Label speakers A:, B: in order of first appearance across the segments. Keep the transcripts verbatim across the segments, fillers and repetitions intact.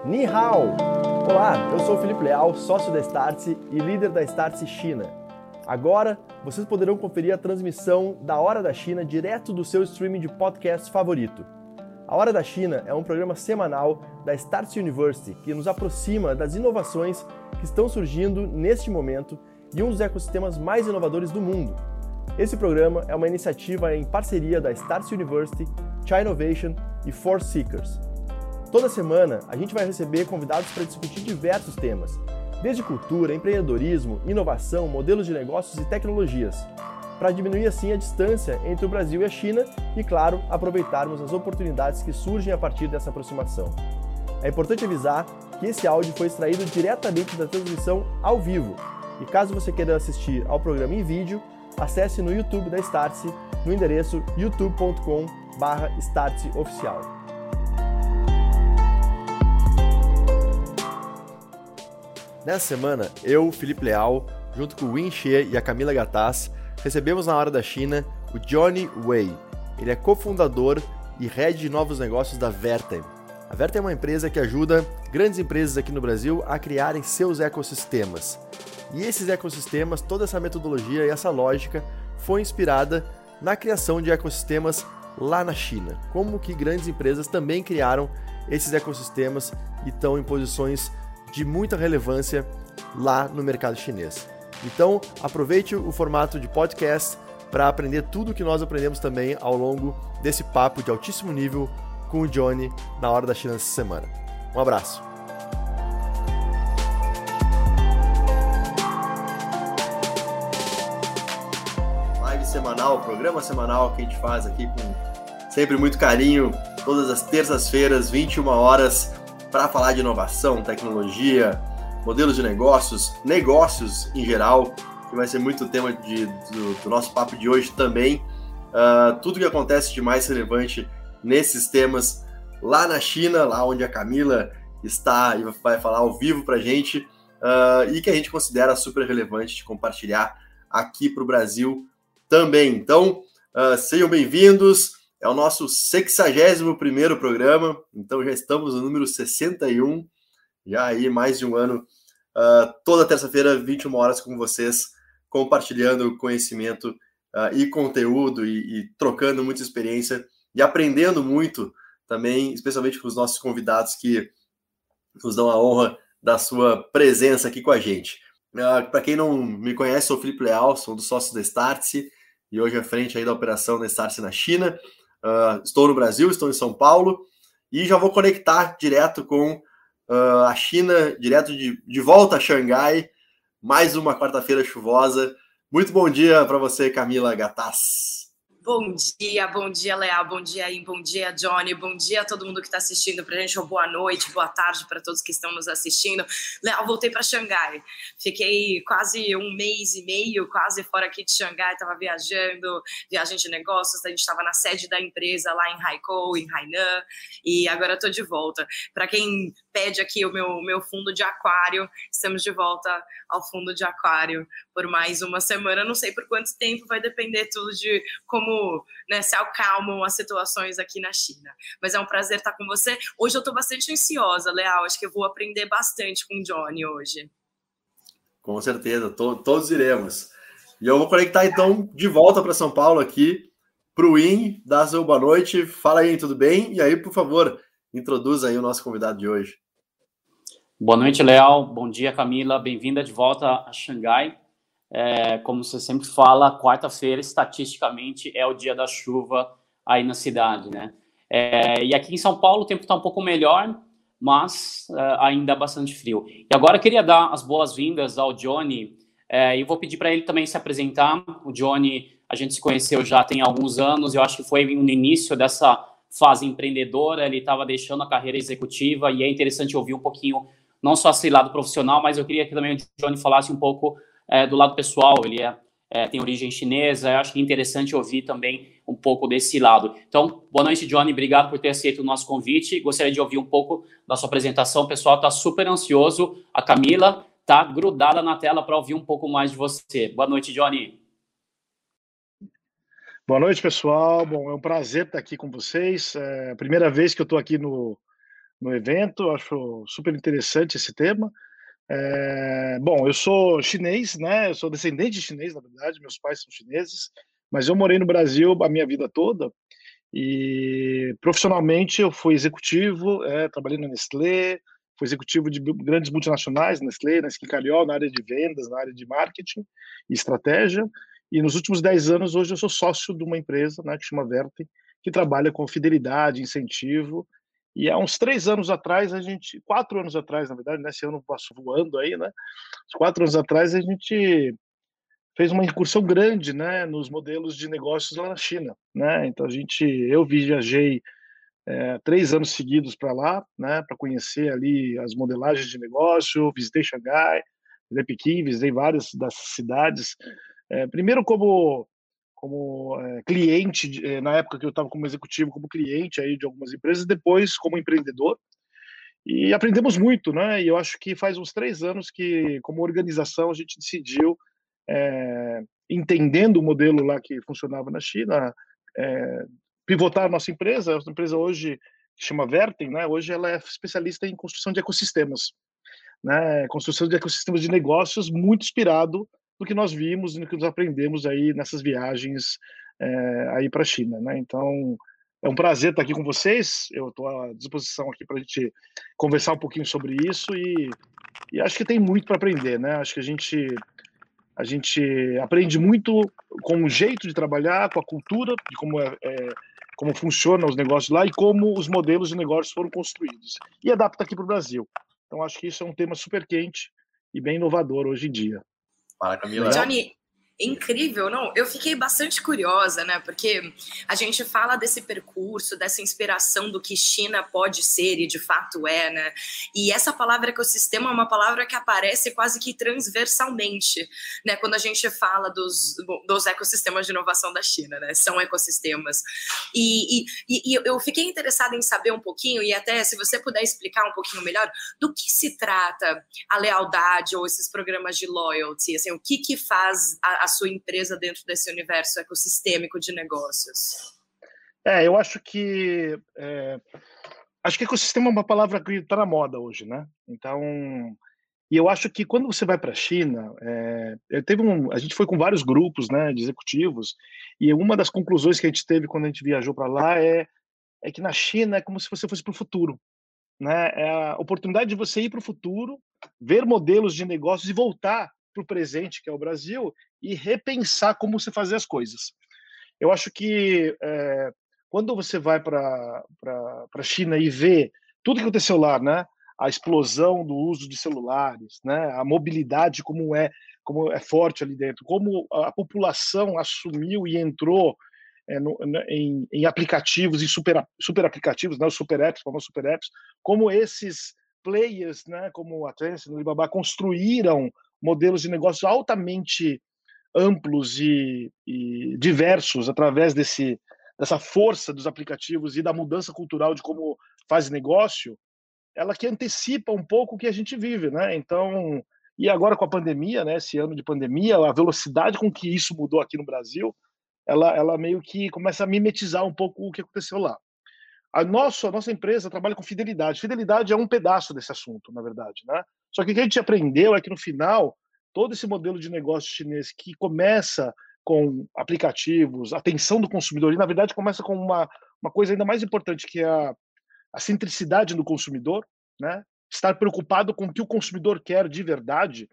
A: Ni hao! Olá, eu sou o Felipe Leal, sócio da Startse e líder da Startse China. Agora, vocês poderão conferir a transmissão da Hora da China direto do seu streaming de podcast favorito. A Hora da China é um programa semanal da Startse University que nos aproxima das inovações que estão surgindo neste momento e um dos ecossistemas mais inovadores do mundo. Esse programa é uma iniciativa em parceria da Startse University, Chinovation e Force Seekers. Toda semana, a gente vai receber convidados para discutir diversos temas, desde cultura, empreendedorismo, inovação, modelos de negócios e tecnologias, para diminuir assim a distância entre o Brasil e a China e, claro, aproveitarmos as oportunidades que surgem a partir dessa aproximação. É importante avisar que esse áudio foi extraído diretamente da transmissão ao vivo, e caso você queira assistir ao programa em vídeo, acesse no YouTube da Startse, no endereço youtube ponto com barra startse oficial. Nessa semana, eu, Felipe Leal, junto com o Win Xie e a Camila Gattaz, recebemos na Hora da China o Johnny Wei. Ele é cofundador e head de novos negócios da Vertem. A Vertem é uma empresa que ajuda grandes empresas aqui no Brasil a criarem seus ecossistemas. E esses ecossistemas, toda essa metodologia e essa lógica foi inspirada na criação de ecossistemas lá na China. Como que grandes empresas também criaram esses ecossistemas e estão em posições de muita relevância lá no mercado chinês. Então, aproveite o formato de podcast para aprender tudo o que nós aprendemos também ao longo desse papo de altíssimo nível com o Johnny na Hora da China essa semana. Um abraço! Live semanal, programa semanal que a gente faz aqui com sempre muito carinho, todas as terças-feiras, vinte e uma horas, para falar de inovação, tecnologia, modelos de negócios, negócios em geral, que vai ser muito o tema de, do, do nosso papo de hoje também. Uh, tudo que acontece de mais relevante nesses temas lá na China, lá onde a Camila está e vai falar ao vivo para a gente, uh, e que a gente considera super relevante de compartilhar aqui para o Brasil também. Então, uh, sejam bem-vindos. É o nosso sexagésimo primeiro programa, então já estamos no número sessenta e um, já aí mais de um ano, uh, toda terça-feira, vinte e uma horas com vocês, compartilhando conhecimento uh, e conteúdo e, e trocando muita experiência e aprendendo muito também, especialmente com os nossos convidados que nos dão a honra da sua presença aqui com a gente. Uh, Para quem não me conhece, sou o Felipe Leal, sou um dos sócios da Startse e hoje à frente aí da operação da Startse na China. Uh, estou no Brasil, estou em São Paulo e já vou conectar direto com uh, a China, direto de, de volta a Xangai, mais uma quarta-feira chuvosa. Muito bom dia para você, Camila Gattaz.
B: Bom dia, bom dia, Leal, bom dia, Im, bom dia, Johnny, bom dia a todo mundo que está assistindo pra gente, ou boa noite, boa tarde para todos que estão nos assistindo. Leal, voltei para Xangai, fiquei quase um mês e meio, quase fora aqui de Xangai, estava viajando, viagem de negócios, a gente estava na sede da empresa lá em Haikou, em Hainan, e agora estou de volta. Para quem pede aqui o meu, meu fundo de aquário, estamos de volta ao fundo de aquário por mais uma semana, não sei por quanto tempo, vai depender tudo de como, né, se acalmam as situações aqui na China. Mas é um prazer estar com você. Hoje eu estou bastante ansiosa, Leal. Acho que eu vou aprender bastante com o Johnny hoje.
A: Com certeza, to- todos iremos. E eu vou conectar então de volta para São Paulo aqui para o Win, dar seu boa noite. Fala aí, tudo bem? E aí, por favor, introduza aí o nosso convidado de hoje.
C: Boa noite, Leal. Bom dia, Camila. Bem-vinda de volta a Xangai. É, como você sempre fala, quarta-feira, estatisticamente, é o dia da chuva aí na cidade, né? É, e aqui em São Paulo o tempo está um pouco melhor, mas é, ainda bastante frio. E agora eu queria dar as boas-vindas ao Johnny, é, e vou pedir para ele também se apresentar. O Johnny, a gente se conheceu já tem alguns anos, eu acho que foi no início dessa fase empreendedora, ele estava deixando a carreira executiva, e é interessante ouvir um pouquinho, não só esse lado profissional, mas eu queria que também o Johnny falasse um pouco É, do lado pessoal. Ele é, é, tem origem chinesa, eu acho que é interessante ouvir também um pouco desse lado. Então, boa noite, Johnny, obrigado por ter aceito o nosso convite, gostaria de ouvir um pouco da sua apresentação, o pessoal está super ansioso, a Camila está grudada na tela para ouvir um pouco mais de você. Boa noite, Johnny.
D: Boa noite, pessoal. Bom, é um prazer estar aqui com vocês. É a primeira vez que eu estou aqui no, no evento, acho super interessante esse tema. É, bom, eu sou chinês, né? Eu sou descendente de chinês, na verdade, meus pais são chineses, mas eu morei no Brasil a minha vida toda e profissionalmente eu fui executivo, é, trabalhei na Nestlé, fui executivo de grandes multinacionais, Nestlé, Nestlé Cariol, na área de vendas, na área de marketing e estratégia. E nos últimos dez anos, hoje eu sou sócio de uma empresa, né, que chama Vertem, que trabalha com fidelidade, incentivo. E há uns três anos atrás, a gente, quatro anos atrás, na verdade, nesse ano passou voando aí, né? Quatro anos atrás, a gente fez uma incursão grande, né, nos modelos de negócios lá na China, né? Então a gente, eu viajei é, três anos seguidos para lá, né, para conhecer ali as modelagens de negócio, visitei Xangai, visitei Pequim, visitei várias das cidades. É, primeiro como como é, cliente, é, na época que eu estava como executivo, como cliente aí de algumas empresas, depois como empreendedor, e aprendemos muito, né? E eu acho que faz uns três anos que, como organização, a gente decidiu, é, entendendo o modelo lá que funcionava na China, é, pivotar a nossa empresa. A nossa empresa hoje chama Vertem, né? Hoje ela é especialista em construção de ecossistemas, né? Construção de ecossistemas de negócios, muito inspirado no que nós vimos e no que nós aprendemos aí nessas viagens é, aí para a China, né? Então é um prazer estar aqui com vocês. Eu estou à disposição aqui para a gente conversar um pouquinho sobre isso e, e acho que tem muito para aprender, né? Acho que a gente a gente aprende muito com o jeito de trabalhar, com a cultura de como é, é como funcionam os negócios lá e como os modelos de negócios foram construídos e adapta aqui para o Brasil. Então acho que isso é um tema super quente e bem inovador hoje em dia.
A: Fala, Camila.
B: Johnny, incrível, não? Eu fiquei bastante curiosa, né? Porque a gente fala desse percurso, dessa inspiração do que China pode ser e de fato é, né? E essa palavra ecossistema é uma palavra que aparece quase que transversalmente, né? Quando a gente fala dos, dos ecossistemas de inovação da China, né? São ecossistemas. E, e, e eu fiquei interessada em saber um pouquinho, e até se você puder explicar um pouquinho melhor, do que se trata a lealdade ou esses programas de loyalty, assim, o que que faz a a sua empresa dentro desse universo ecossistêmico de negócios?
D: É, eu acho que é, acho que ecossistema é uma palavra que está na moda hoje, né? Então, e eu acho que quando você vai para a China, é, teve um, a gente foi com vários grupos, né, de executivos, e uma das conclusões que a gente teve quando a gente viajou para lá é, é que na China é como se você fosse para o futuro, né? É a oportunidade de você ir para o futuro, ver modelos de negócios e voltar para o presente, que é o Brasil, e repensar como você fazer as coisas. Eu acho que é, quando você vai para a China e vê tudo que aconteceu lá, né? A explosão do uso de celulares, né? A mobilidade como é, como é forte ali dentro, como a população assumiu e entrou é, no, em, em aplicativos, em super, super aplicativos, né? Os super apps, famosos super apps, como esses players, né? Como a Tencent, o Alibaba, construíram modelos de negócios altamente amplos e, e diversos através desse, dessa força dos aplicativos e da mudança cultural de como faz negócio, ela que antecipa um pouco o que a gente vive, né? Então, e agora com a pandemia, né? Esse ano de pandemia, a velocidade com que isso mudou aqui no Brasil, ela, ela meio que começa a mimetizar um pouco o que aconteceu lá. A nossa, a nossa empresa trabalha com fidelidade. Fidelidade é um pedaço desse assunto, na verdade, né? Só que o que a gente aprendeu é que no final todo esse modelo de negócio chinês que começa com aplicativos, atenção do consumidor, e na verdade começa com uma, uma coisa ainda mais importante, que é a, a centricidade do consumidor, né? Estar preocupado com o que o consumidor quer de verdade,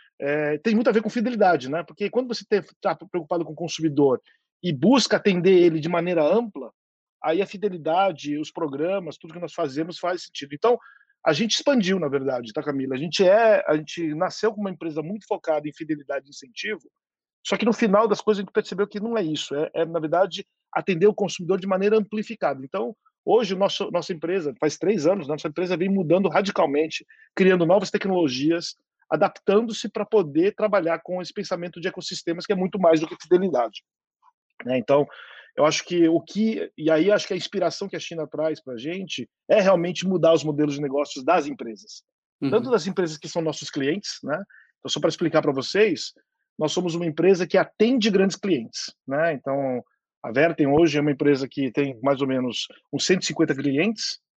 D: é, tem muito a ver com fidelidade, né? Porque quando você está preocupado com o consumidor e busca atender ele de maneira ampla, aí a fidelidade, os programas, tudo que nós fazemos faz sentido. Então, a gente expandiu, na verdade, tá, Camila? A gente é, a gente nasceu com uma empresa muito focada em fidelidade e incentivo, só que no final das coisas a gente percebeu que não é isso, é, é na verdade, atender o consumidor de maneira amplificada. Então, hoje, nosso, nossa empresa, faz três anos, nossa empresa vem mudando radicalmente, criando novas tecnologias, adaptando-se para poder trabalhar com esse pensamento de ecossistemas, que é muito mais do que fidelidade, né? Então, eu acho que o que, e aí acho que a inspiração que a China traz para a gente é realmente mudar os modelos de negócios das empresas, uhum. Tanto das empresas que são nossos clientes, né? Então, só para explicar para vocês, nós somos uma empresa que atende grandes clientes, né? Então, a Vertem hoje é uma empresa que tem mais ou menos uns cento e cinquenta clientes,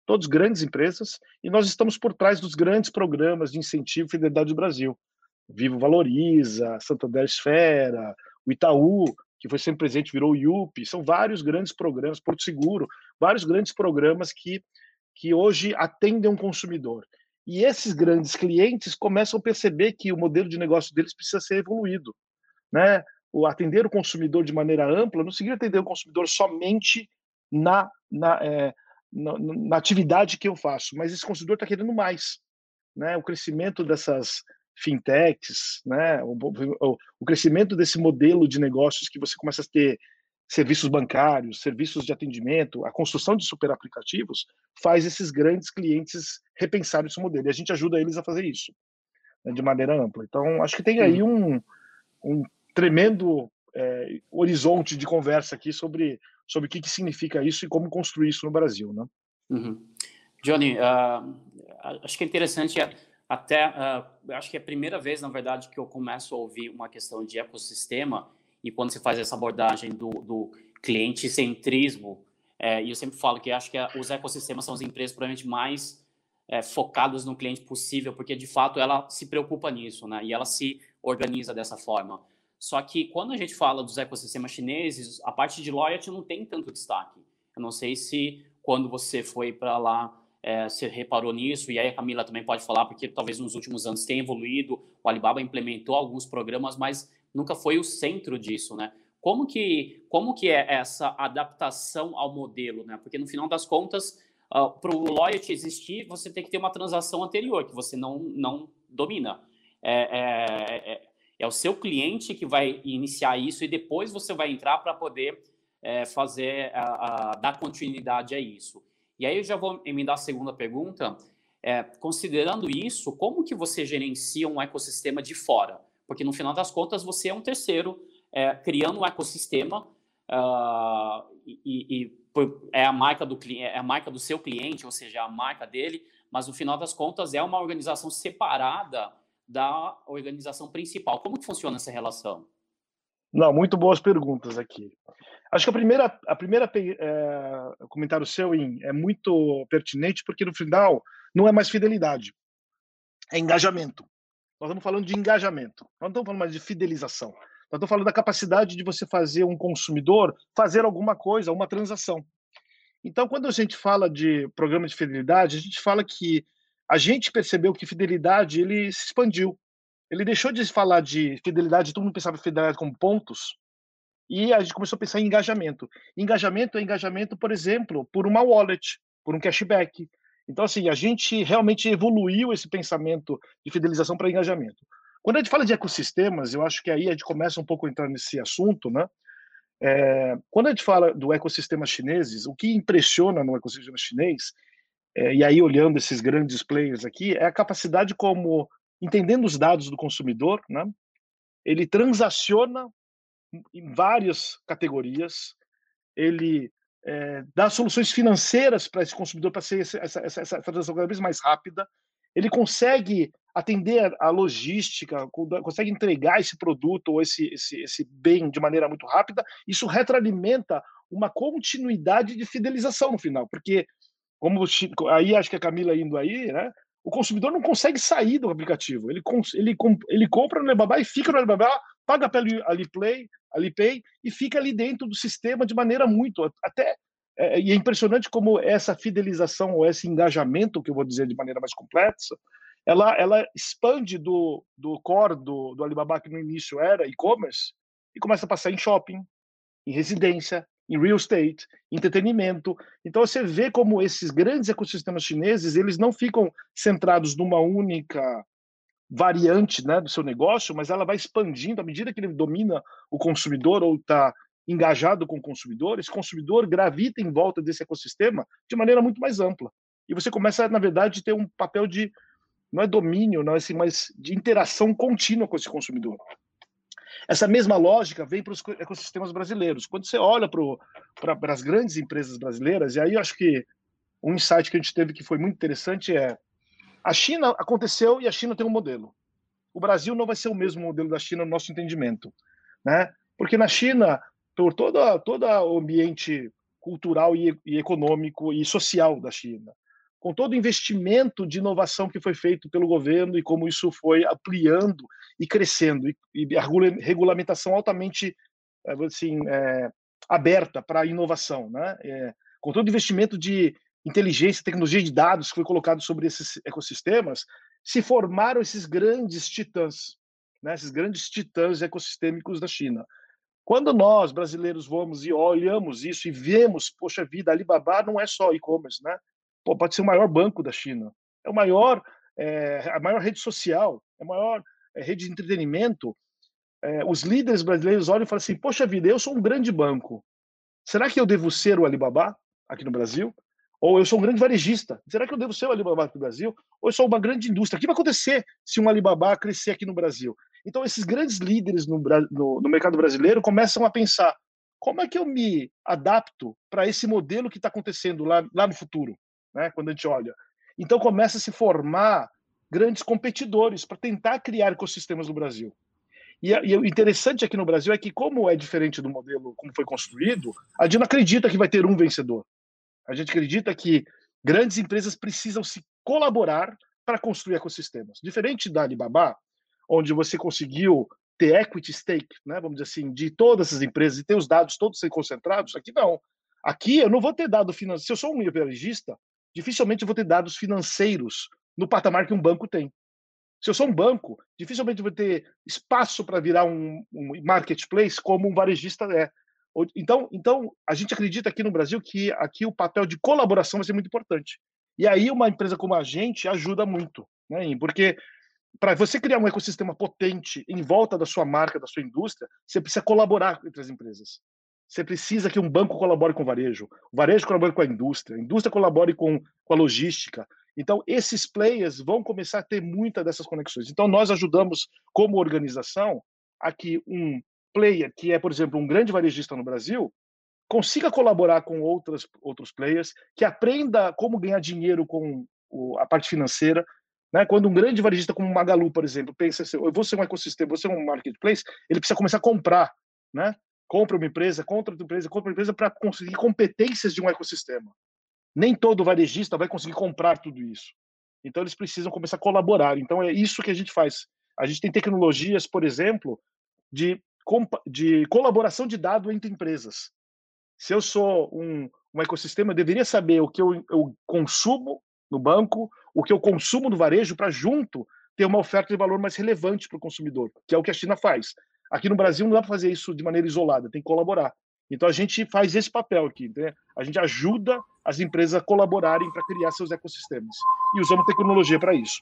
D: todos grandes empresas, e nós estamos por trás dos grandes programas de incentivo e fidelidade do Brasil. Vivo Valoriza, Santander Esfera, o Itaú, que foi sempre presente, virou o I U P, são vários grandes programas, Porto Seguro, vários grandes programas que, que hoje atendem um consumidor. E esses grandes clientes começam a perceber que o modelo de negócio deles precisa ser evoluído, né? O atender o consumidor de maneira ampla não significa atender o consumidor somente na, na, é, na, na atividade que eu faço, mas esse consumidor está querendo mais, né? O crescimento dessas fintechs, né? O, o, o crescimento desse modelo de negócios que você começa a ter serviços bancários, serviços de atendimento, a construção de super aplicativos faz esses grandes clientes repensarem esse modelo. E a gente ajuda eles a fazer isso, né, de maneira ampla. Então, acho que tem aí um, um tremendo é, horizonte de conversa aqui sobre, sobre o que, que significa isso e como construir isso no Brasil, né?
C: Uhum. Johnny, uh, acho que é interessante, até, uh, acho que é a primeira vez, na verdade, que eu começo a ouvir uma questão de ecossistema. E quando você faz essa abordagem do, do cliente-centrismo, é, e eu sempre falo que acho que a, os ecossistemas são as empresas provavelmente mais é, focadas no cliente possível, porque, de fato, ela se preocupa nisso, né? E ela se organiza dessa forma. Só que, quando a gente fala dos ecossistemas chineses, a parte de loyalty não tem tanto destaque. Eu não sei se, quando você foi para lá, é, você reparou nisso, e aí a Camila também pode falar, porque talvez nos últimos anos tenha evoluído, o Alibaba implementou alguns programas, mas nunca foi o centro disso, né? Como que, como que é essa adaptação ao modelo, né? Porque, no final das contas, uh, para o loyalty existir, você tem que ter uma transação anterior, que você não, não domina. É, é, é, é o seu cliente que vai iniciar isso e depois você vai entrar para poder é, fazer, a, a, dar continuidade a isso. E aí eu já vou emendar a segunda pergunta. É, considerando isso, como que você gerencia um ecossistema de fora? Porque, no final das contas, você é um terceiro é, criando um ecossistema uh, e, e é, a marca do, é a marca do seu cliente, ou seja, a marca dele, mas, no final das contas, é uma organização separada da organização principal. Como que funciona essa relação?
D: Não, muito boas perguntas aqui. Acho que a primeira, a primeira é, comentário seu em, é muito pertinente, porque, no final, não é mais fidelidade, é engajamento. Nós estamos falando de engajamento, nós não estamos falando mais de fidelização. Nós estamos falando da capacidade de você fazer um consumidor fazer alguma coisa, uma transação. Então, quando a gente fala de programa de fidelidade, a gente fala que a gente percebeu que fidelidade ele se expandiu. Ele deixou de falar de fidelidade, todo mundo pensava em fidelidade como pontos, e a gente começou a pensar em engajamento. Engajamento é engajamento, por exemplo, por uma wallet, por um cashback. Então, assim, a gente realmente evoluiu esse pensamento de fidelização para engajamento. Quando a gente fala de ecossistemas, eu acho que aí a gente começa um pouco a entrar nesse assunto, né? É, quando a gente fala do ecossistema chineses, o que impressiona no ecossistema chinês, é, e aí olhando esses grandes players aqui, é a capacidade como, entendendo os dados do consumidor, né? Ele transaciona em várias categorias, ele É, dar soluções financeiras para esse consumidor, para ser essa, essa, essa transação cada vez mais rápida. Ele consegue atender a logística, consegue entregar esse produto ou esse, esse, esse bem de maneira muito rápida. Isso retroalimenta uma continuidade de fidelização no final, porque, como aí acho que a Camila indo aí, né? O consumidor não consegue sair do aplicativo. Ele, ele, ele compra no Alibaba e fica no Alibaba, paga pelo Alipay, Alipay e fica ali dentro do sistema de maneira muito... até é, e é impressionante como essa fidelização ou esse engajamento, que eu vou dizer de maneira mais complexa, ela, ela expande do, do core do, do Alibaba, que no início era e-commerce, e começa a passar em shopping, em residência, em real estate, entretenimento. Então você vê como esses grandes ecossistemas chineses, eles não ficam centrados numa única variante, né, do seu negócio, mas ela vai expandindo à medida que ele domina o consumidor ou está engajado com o consumidor. Esse consumidor gravita em volta desse ecossistema de maneira muito mais ampla. E você começa, na verdade, a ter um papel de, não é domínio, não é assim, mas de interação contínua com esse consumidor. Essa mesma lógica vem para os ecossistemas brasileiros. Quando você olha para as grandes empresas brasileiras, e aí eu acho que um insight que a gente teve que foi muito interessante é: a China aconteceu e a China tem um modelo. O Brasil não vai ser o mesmo modelo da China no nosso entendimento, né? Porque na China, por todo, todo o ambiente cultural e, e econômico e social da China, com todo o investimento de inovação que foi feito pelo governo e como isso foi ampliando e crescendo, e, e a regulamentação altamente assim, é, aberta para a inovação, né? É, com todo o investimento de inteligência, tecnologia de dados que foi colocado sobre esses ecossistemas, se formaram esses grandes titãs, né? Esses grandes titãs ecossistêmicos da China. Quando nós, brasileiros, vamos e olhamos isso e vemos, poxa vida, a Alibaba não é só e-commerce, né? Pô, pode ser o maior banco da China, é o maior, é, a maior rede social, é a maior é, rede de entretenimento. É, os líderes brasileiros olham e falam assim, poxa vida, eu sou um grande banco, será que eu devo ser o Alibaba aqui no Brasil? Ou eu sou um grande varejista, será que eu devo ser o Alibaba aqui no Brasil? Ou eu sou uma grande indústria? O que vai acontecer se um Alibaba crescer aqui no Brasil? Então, esses grandes líderes no, no, no mercado brasileiro começam a pensar, como é que eu me adapto para esse modelo que está acontecendo lá, lá no futuro, né, quando a gente olha? Então, começa a se formar grandes competidores para tentar criar ecossistemas no Brasil. E, e o interessante aqui no Brasil é que, como é diferente do modelo como foi construído, a gente não acredita que vai ter um vencedor. A gente acredita que grandes empresas precisam se colaborar para construir ecossistemas. Diferente da Alibaba, onde você conseguiu ter equity stake, né, vamos dizer assim, de todas essas empresas e ter os dados todos ser concentrados, aqui não. Aqui eu não vou ter dado financeiro. Se eu sou um varejista, dificilmente eu vou ter dados financeiros no patamar que um banco tem. Se eu sou um banco, dificilmente eu vou ter espaço para virar um, um marketplace como um varejista é. Então, então, a gente acredita aqui no Brasil que aqui o papel de colaboração vai ser muito importante. E aí uma empresa como a gente ajuda muito, né? Porque para você criar um ecossistema potente em volta da sua marca, da sua indústria, você precisa colaborar entre as empresas. Você precisa que um banco colabore com o varejo, o varejo colabore com a indústria, a indústria colabore com, com a logística. Então, esses players vão começar a ter muitas dessas conexões. Então, nós ajudamos, como organização, a que um player, que é, por exemplo, um grande varejista no Brasil, consiga colaborar com outras, outros players, que aprenda como ganhar dinheiro com o, a parte financeira. Né? Quando um grande varejista como o Magalu, por exemplo, pensa assim, eu vou ser um ecossistema, vou ser um marketplace, ele precisa começar a comprar, né? Compra uma empresa, compra outra empresa, compra uma empresa para conseguir competências de um ecossistema. Nem todo varejista vai conseguir comprar tudo isso. Então, eles precisam começar a colaborar. Então, é isso que a gente faz. A gente tem tecnologias, por exemplo, de, de colaboração de dados entre empresas. Se eu sou um, um ecossistema, eu deveria saber o que eu, eu consumo no banco, o que eu consumo no varejo, para junto ter uma oferta de valor mais relevante para o consumidor, que é o que a China faz. Aqui no Brasil não dá para fazer isso de maneira isolada, tem que colaborar. Então a gente faz esse papel aqui, né? A gente ajuda as empresas a colaborarem para criar seus ecossistemas. E usamos tecnologia para isso.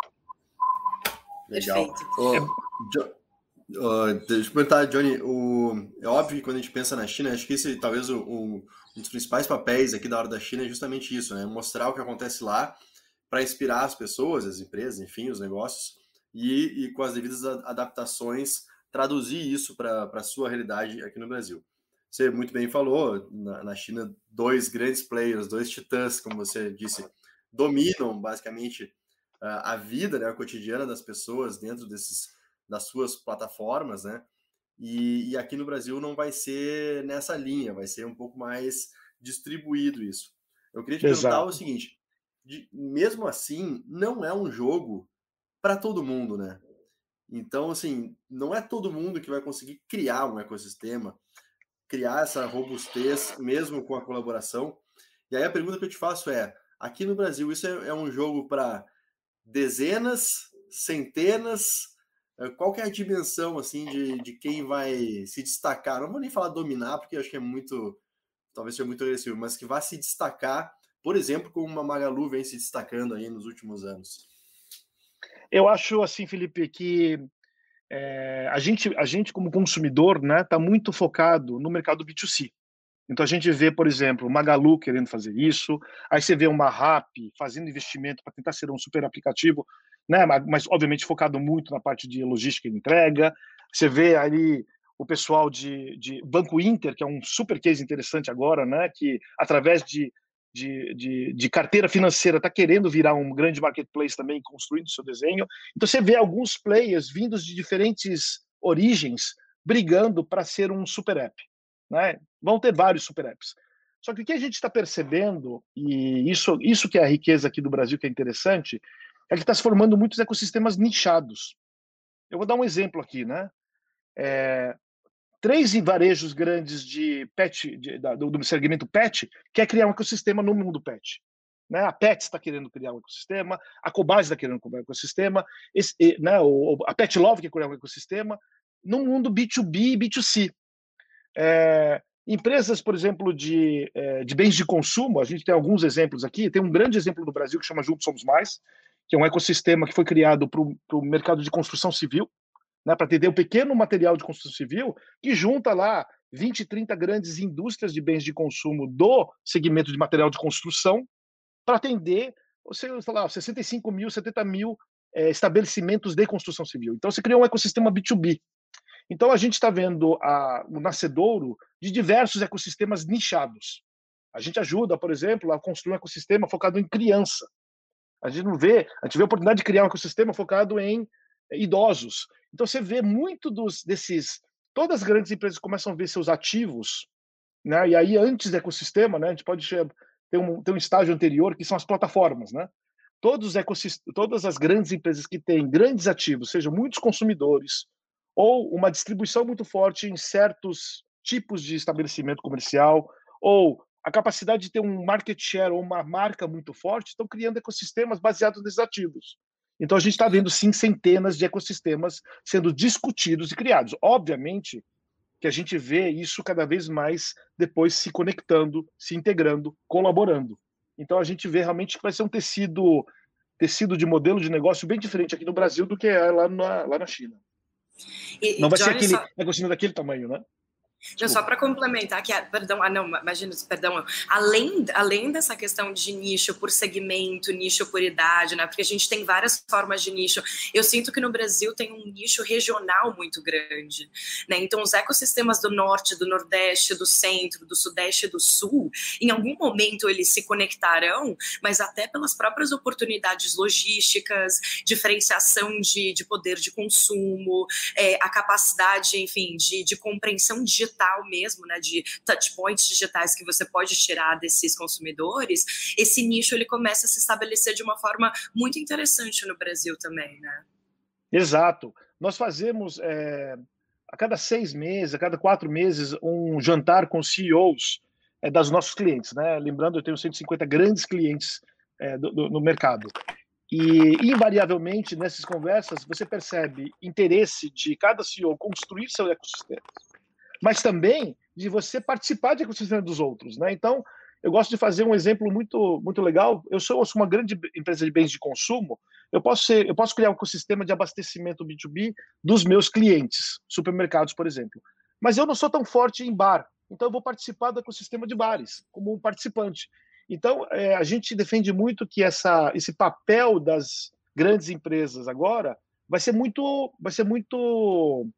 A: Legal. Oh, jo, oh, deixa eu perguntar, Johnny, o, é óbvio que quando a gente pensa na China, acho que esse talvez o, o, um dos principais papéis aqui da hora da China é justamente isso, né? Mostrar o que acontece lá para inspirar as pessoas, as empresas, enfim, os negócios, e, e com as devidas adaptações, traduzir isso para a sua realidade aqui no Brasil. Você muito bem falou, na, na China, dois grandes players, dois titãs, como você disse, dominam basicamente uh, a vida, né, a cotidiana das pessoas dentro desses, das suas plataformas, né? E, e aqui no Brasil não vai ser nessa linha, vai ser um pouco mais distribuído isso. Eu queria te Exato. perguntar o seguinte, de, mesmo assim, não é um jogo para todo mundo, né? Então, assim, não é todo mundo que vai conseguir criar um ecossistema, criar essa robustez, mesmo com a colaboração. E aí a pergunta que eu te faço é, aqui no Brasil, isso é, é um jogo para dezenas, centenas? Qual que é a dimensão, assim, de, de quem vai se destacar? Não vou nem falar dominar, porque eu acho que é muito, talvez seja muito agressivo, mas que vai se destacar, por exemplo, como uma Magalu vem se destacando aí nos últimos anos.
D: Eu acho, assim, Felipe, que é, a, gente, a gente, como consumidor, né, está muito focado no mercado B dois C. Então, a gente vê, por exemplo, o Magalu querendo fazer isso, aí você vê uma Rappi fazendo investimento para tentar ser um super aplicativo, né, mas, obviamente, focado muito na parte de logística e entrega. Você vê ali o pessoal de, de Banco Inter, que é um super case interessante agora, né, que, através de De, de, de carteira financeira, está querendo virar um grande marketplace também, construindo seu desenho. Então você vê alguns players vindos de diferentes origens brigando para ser um super app, né? Vão ter vários super apps. Só que o que a gente está percebendo, e isso, isso que é a riqueza aqui do Brasil, que é interessante, é que está se formando muitos ecossistemas nichados. Eu vou dar um exemplo aqui, né? É, três varejos grandes de pet, de, da, do, do segmento pet, quer criar um ecossistema no mundo pet. Né? A Pets está querendo criar um ecossistema, a Cobase está querendo criar um ecossistema, esse, né, o, a Pet Love quer criar um ecossistema, no mundo B dois B e B dois C. É, empresas, por exemplo, de, de bens de consumo, a gente tem alguns exemplos aqui, tem um grande exemplo no Brasil que chama Juntos Somos Mais, que é um ecossistema que foi criado para o mercado de construção civil, né, para atender o pequeno material de construção civil, que junta lá vinte, trinta grandes indústrias de bens de consumo do segmento de material de construção, para atender, sei lá, sessenta e cinco mil, setenta mil é, estabelecimentos de construção civil. Então, você criou um ecossistema B dois B. Então, a gente está vendo a, o nascedouro de diversos ecossistemas nichados. A gente ajuda, por exemplo, a construir um ecossistema focado em criança. A gente não vê, a gente vê a oportunidade de criar um ecossistema focado em idosos. Então, você vê muito dos, desses... Todas as grandes empresas começam a ver seus ativos, né? E aí, antes do ecossistema, né, a gente pode ter um, ter um estágio anterior, que são as plataformas. Né? Todos os ecossist... Todas as grandes empresas que têm grandes ativos, sejam muitos consumidores, ou uma distribuição muito forte em certos tipos de estabelecimento comercial, ou a capacidade de ter um market share ou uma marca muito forte, estão criando ecossistemas baseados nesses ativos. Então, a gente está vendo, sim, centenas de ecossistemas sendo discutidos e criados. Obviamente que a gente vê isso cada vez mais depois se conectando, se integrando, colaborando. Então, a gente vê realmente que vai ser um tecido, tecido de modelo de negócio bem diferente aqui no Brasil do que é lá na, lá na China.
B: E,
D: não vai
B: Johnny,
D: ser aquele
B: só...
D: negócio daquele tamanho, né?
B: Não, só para complementar, que, perdão, ah, não, imagina, perdão, além, além dessa questão de nicho por segmento, nicho por idade, né, porque a gente tem várias formas de nicho, eu sinto que no Brasil tem um nicho regional muito grande, né, então os ecossistemas do norte, do nordeste, do centro, do sudeste e do sul, em algum momento eles se conectarão, mas até pelas próprias oportunidades logísticas, diferenciação de, de poder de consumo, é, a capacidade, enfim, de, de compreensão digital digital mesmo, né, de touch points digitais que você pode tirar desses consumidores, esse nicho ele começa a se estabelecer de uma forma muito interessante no Brasil também, né?
D: Exato. Nós fazemos é, a cada seis meses, a cada quatro meses, um jantar com C E Os é, das nossos clientes, né? Lembrando, eu tenho cento e cinquenta grandes clientes é, do, do, no mercado. E, invariavelmente, nessas conversas, você percebe interesse de cada C E O construir seu ecossistema, mas também de você participar de ecossistema dos outros, né? Então, eu gosto de fazer um exemplo muito, muito legal. Eu sou, eu sou uma grande empresa de bens de consumo, eu posso, ser, eu posso criar um ecossistema de abastecimento B dois B dos meus clientes, supermercados, por exemplo. Mas eu não sou tão forte em bar, então eu vou participar do ecossistema de bares, como um participante. Então, é, a gente defende muito que essa, esse papel das grandes empresas agora vai ser muito... Vai ser muito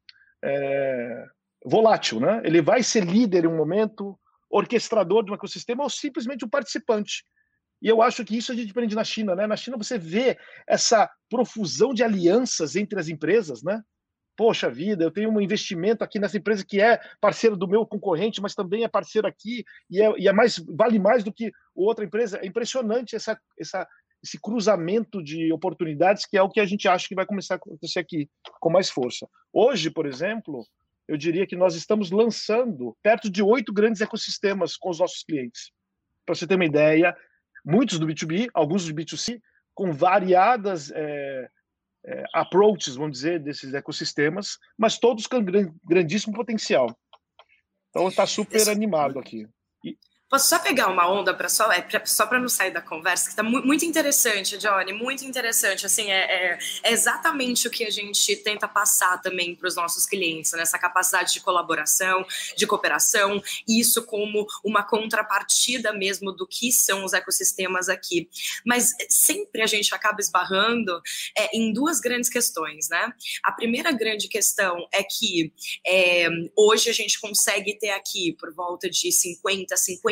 D: é, volátil, né? Ele vai ser líder em um momento, orquestrador de um ecossistema ou simplesmente um participante. E eu acho que isso a gente aprende na China, né? Na China você vê essa profusão de alianças entre as empresas, né? Poxa vida, eu tenho um investimento aqui nessa empresa que é parceiro do meu concorrente, mas também é parceiro aqui e é, e é mais, vale mais do que outra empresa. É impressionante essa, essa, esse cruzamento de oportunidades que é o que a gente acha que vai começar a acontecer aqui com mais força. Hoje, por exemplo, eu diria que nós estamos lançando perto de oito grandes ecossistemas com os nossos clientes. Para você ter uma ideia, muitos do B dois B, alguns do B dois C, com variadas é, é, approaches, vamos dizer, desses ecossistemas, mas todos com grandíssimo potencial. Então está super animado aqui. E...
B: Posso só pegar uma onda para só, é, pra, só para não sair da conversa, que está mu muito interessante, Johnny, muito interessante. Assim, é, é, é exatamente o que a gente tenta passar também para os nossos clientes, nessa capacidade de colaboração, de cooperação, isso como uma contrapartida mesmo do que são os ecossistemas aqui. Mas sempre a gente acaba esbarrando é, em duas grandes questões, né? A primeira grande questão é que é, hoje a gente consegue ter aqui por volta de cinquenta, cinquenta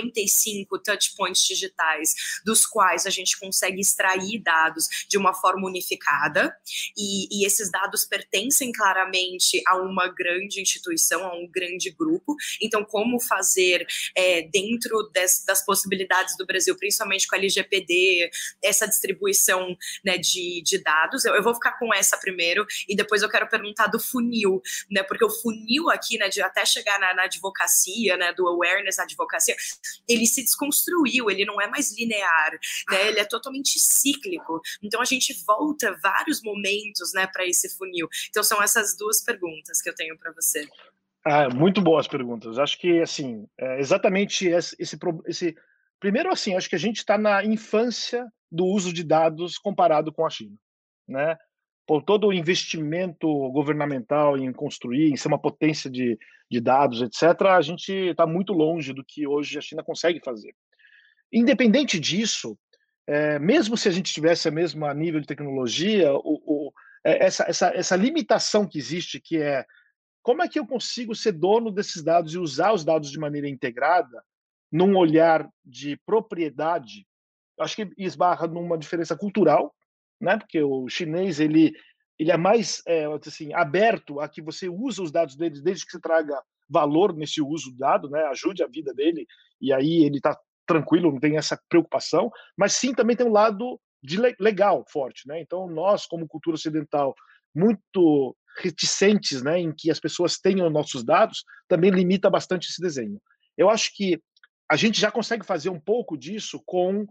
B: cinquenta e cinco touchpoints digitais, dos quais a gente consegue extrair dados de uma forma unificada, e, e esses dados pertencem claramente a uma grande instituição, a um grande grupo. Então, como fazer é, dentro des, das possibilidades do Brasil, principalmente com a L G P D, essa distribuição, né, de, de dados. Eu, eu vou ficar com essa primeiro, e depois eu quero perguntar do funil, né, porque o funil aqui, né, de até chegar na, na advocacia, né, do awareness na advocacia, ele se desconstruiu, ele não é mais linear, né, ele é totalmente cíclico. Então, a gente volta vários momentos, né, para esse funil. Então, são essas duas perguntas que eu tenho para você.
D: Ah, muito boas perguntas. Acho que, assim, é exatamente esse, esse, esse... Primeiro, assim, acho que a gente está na infância do uso de dados comparado com a China, né? Por todo o investimento governamental em construir, em ser uma potência de, de dados, etcétera, a gente está muito longe do que hoje a China consegue fazer. Independente disso, é, mesmo se a gente tivesse a mesma nível de tecnologia, o, o, essa, essa, essa limitação que existe, que é como é que eu consigo ser dono desses dados e usar os dados de maneira integrada, num olhar de propriedade, acho que esbarra numa diferença cultural, né? Porque o chinês ele, ele é mais é, assim, aberto a que você use os dados deles, desde que você traga valor nesse uso do dado, né? Ajude a vida dele, e aí ele está tranquilo, não tem essa preocupação, mas sim também tem um lado de legal forte, né? Então nós, como cultura ocidental, muito reticentes, né, em que as pessoas tenham nossos dados, também limita bastante esse desenho. Eu acho que a gente já consegue fazer um pouco disso com,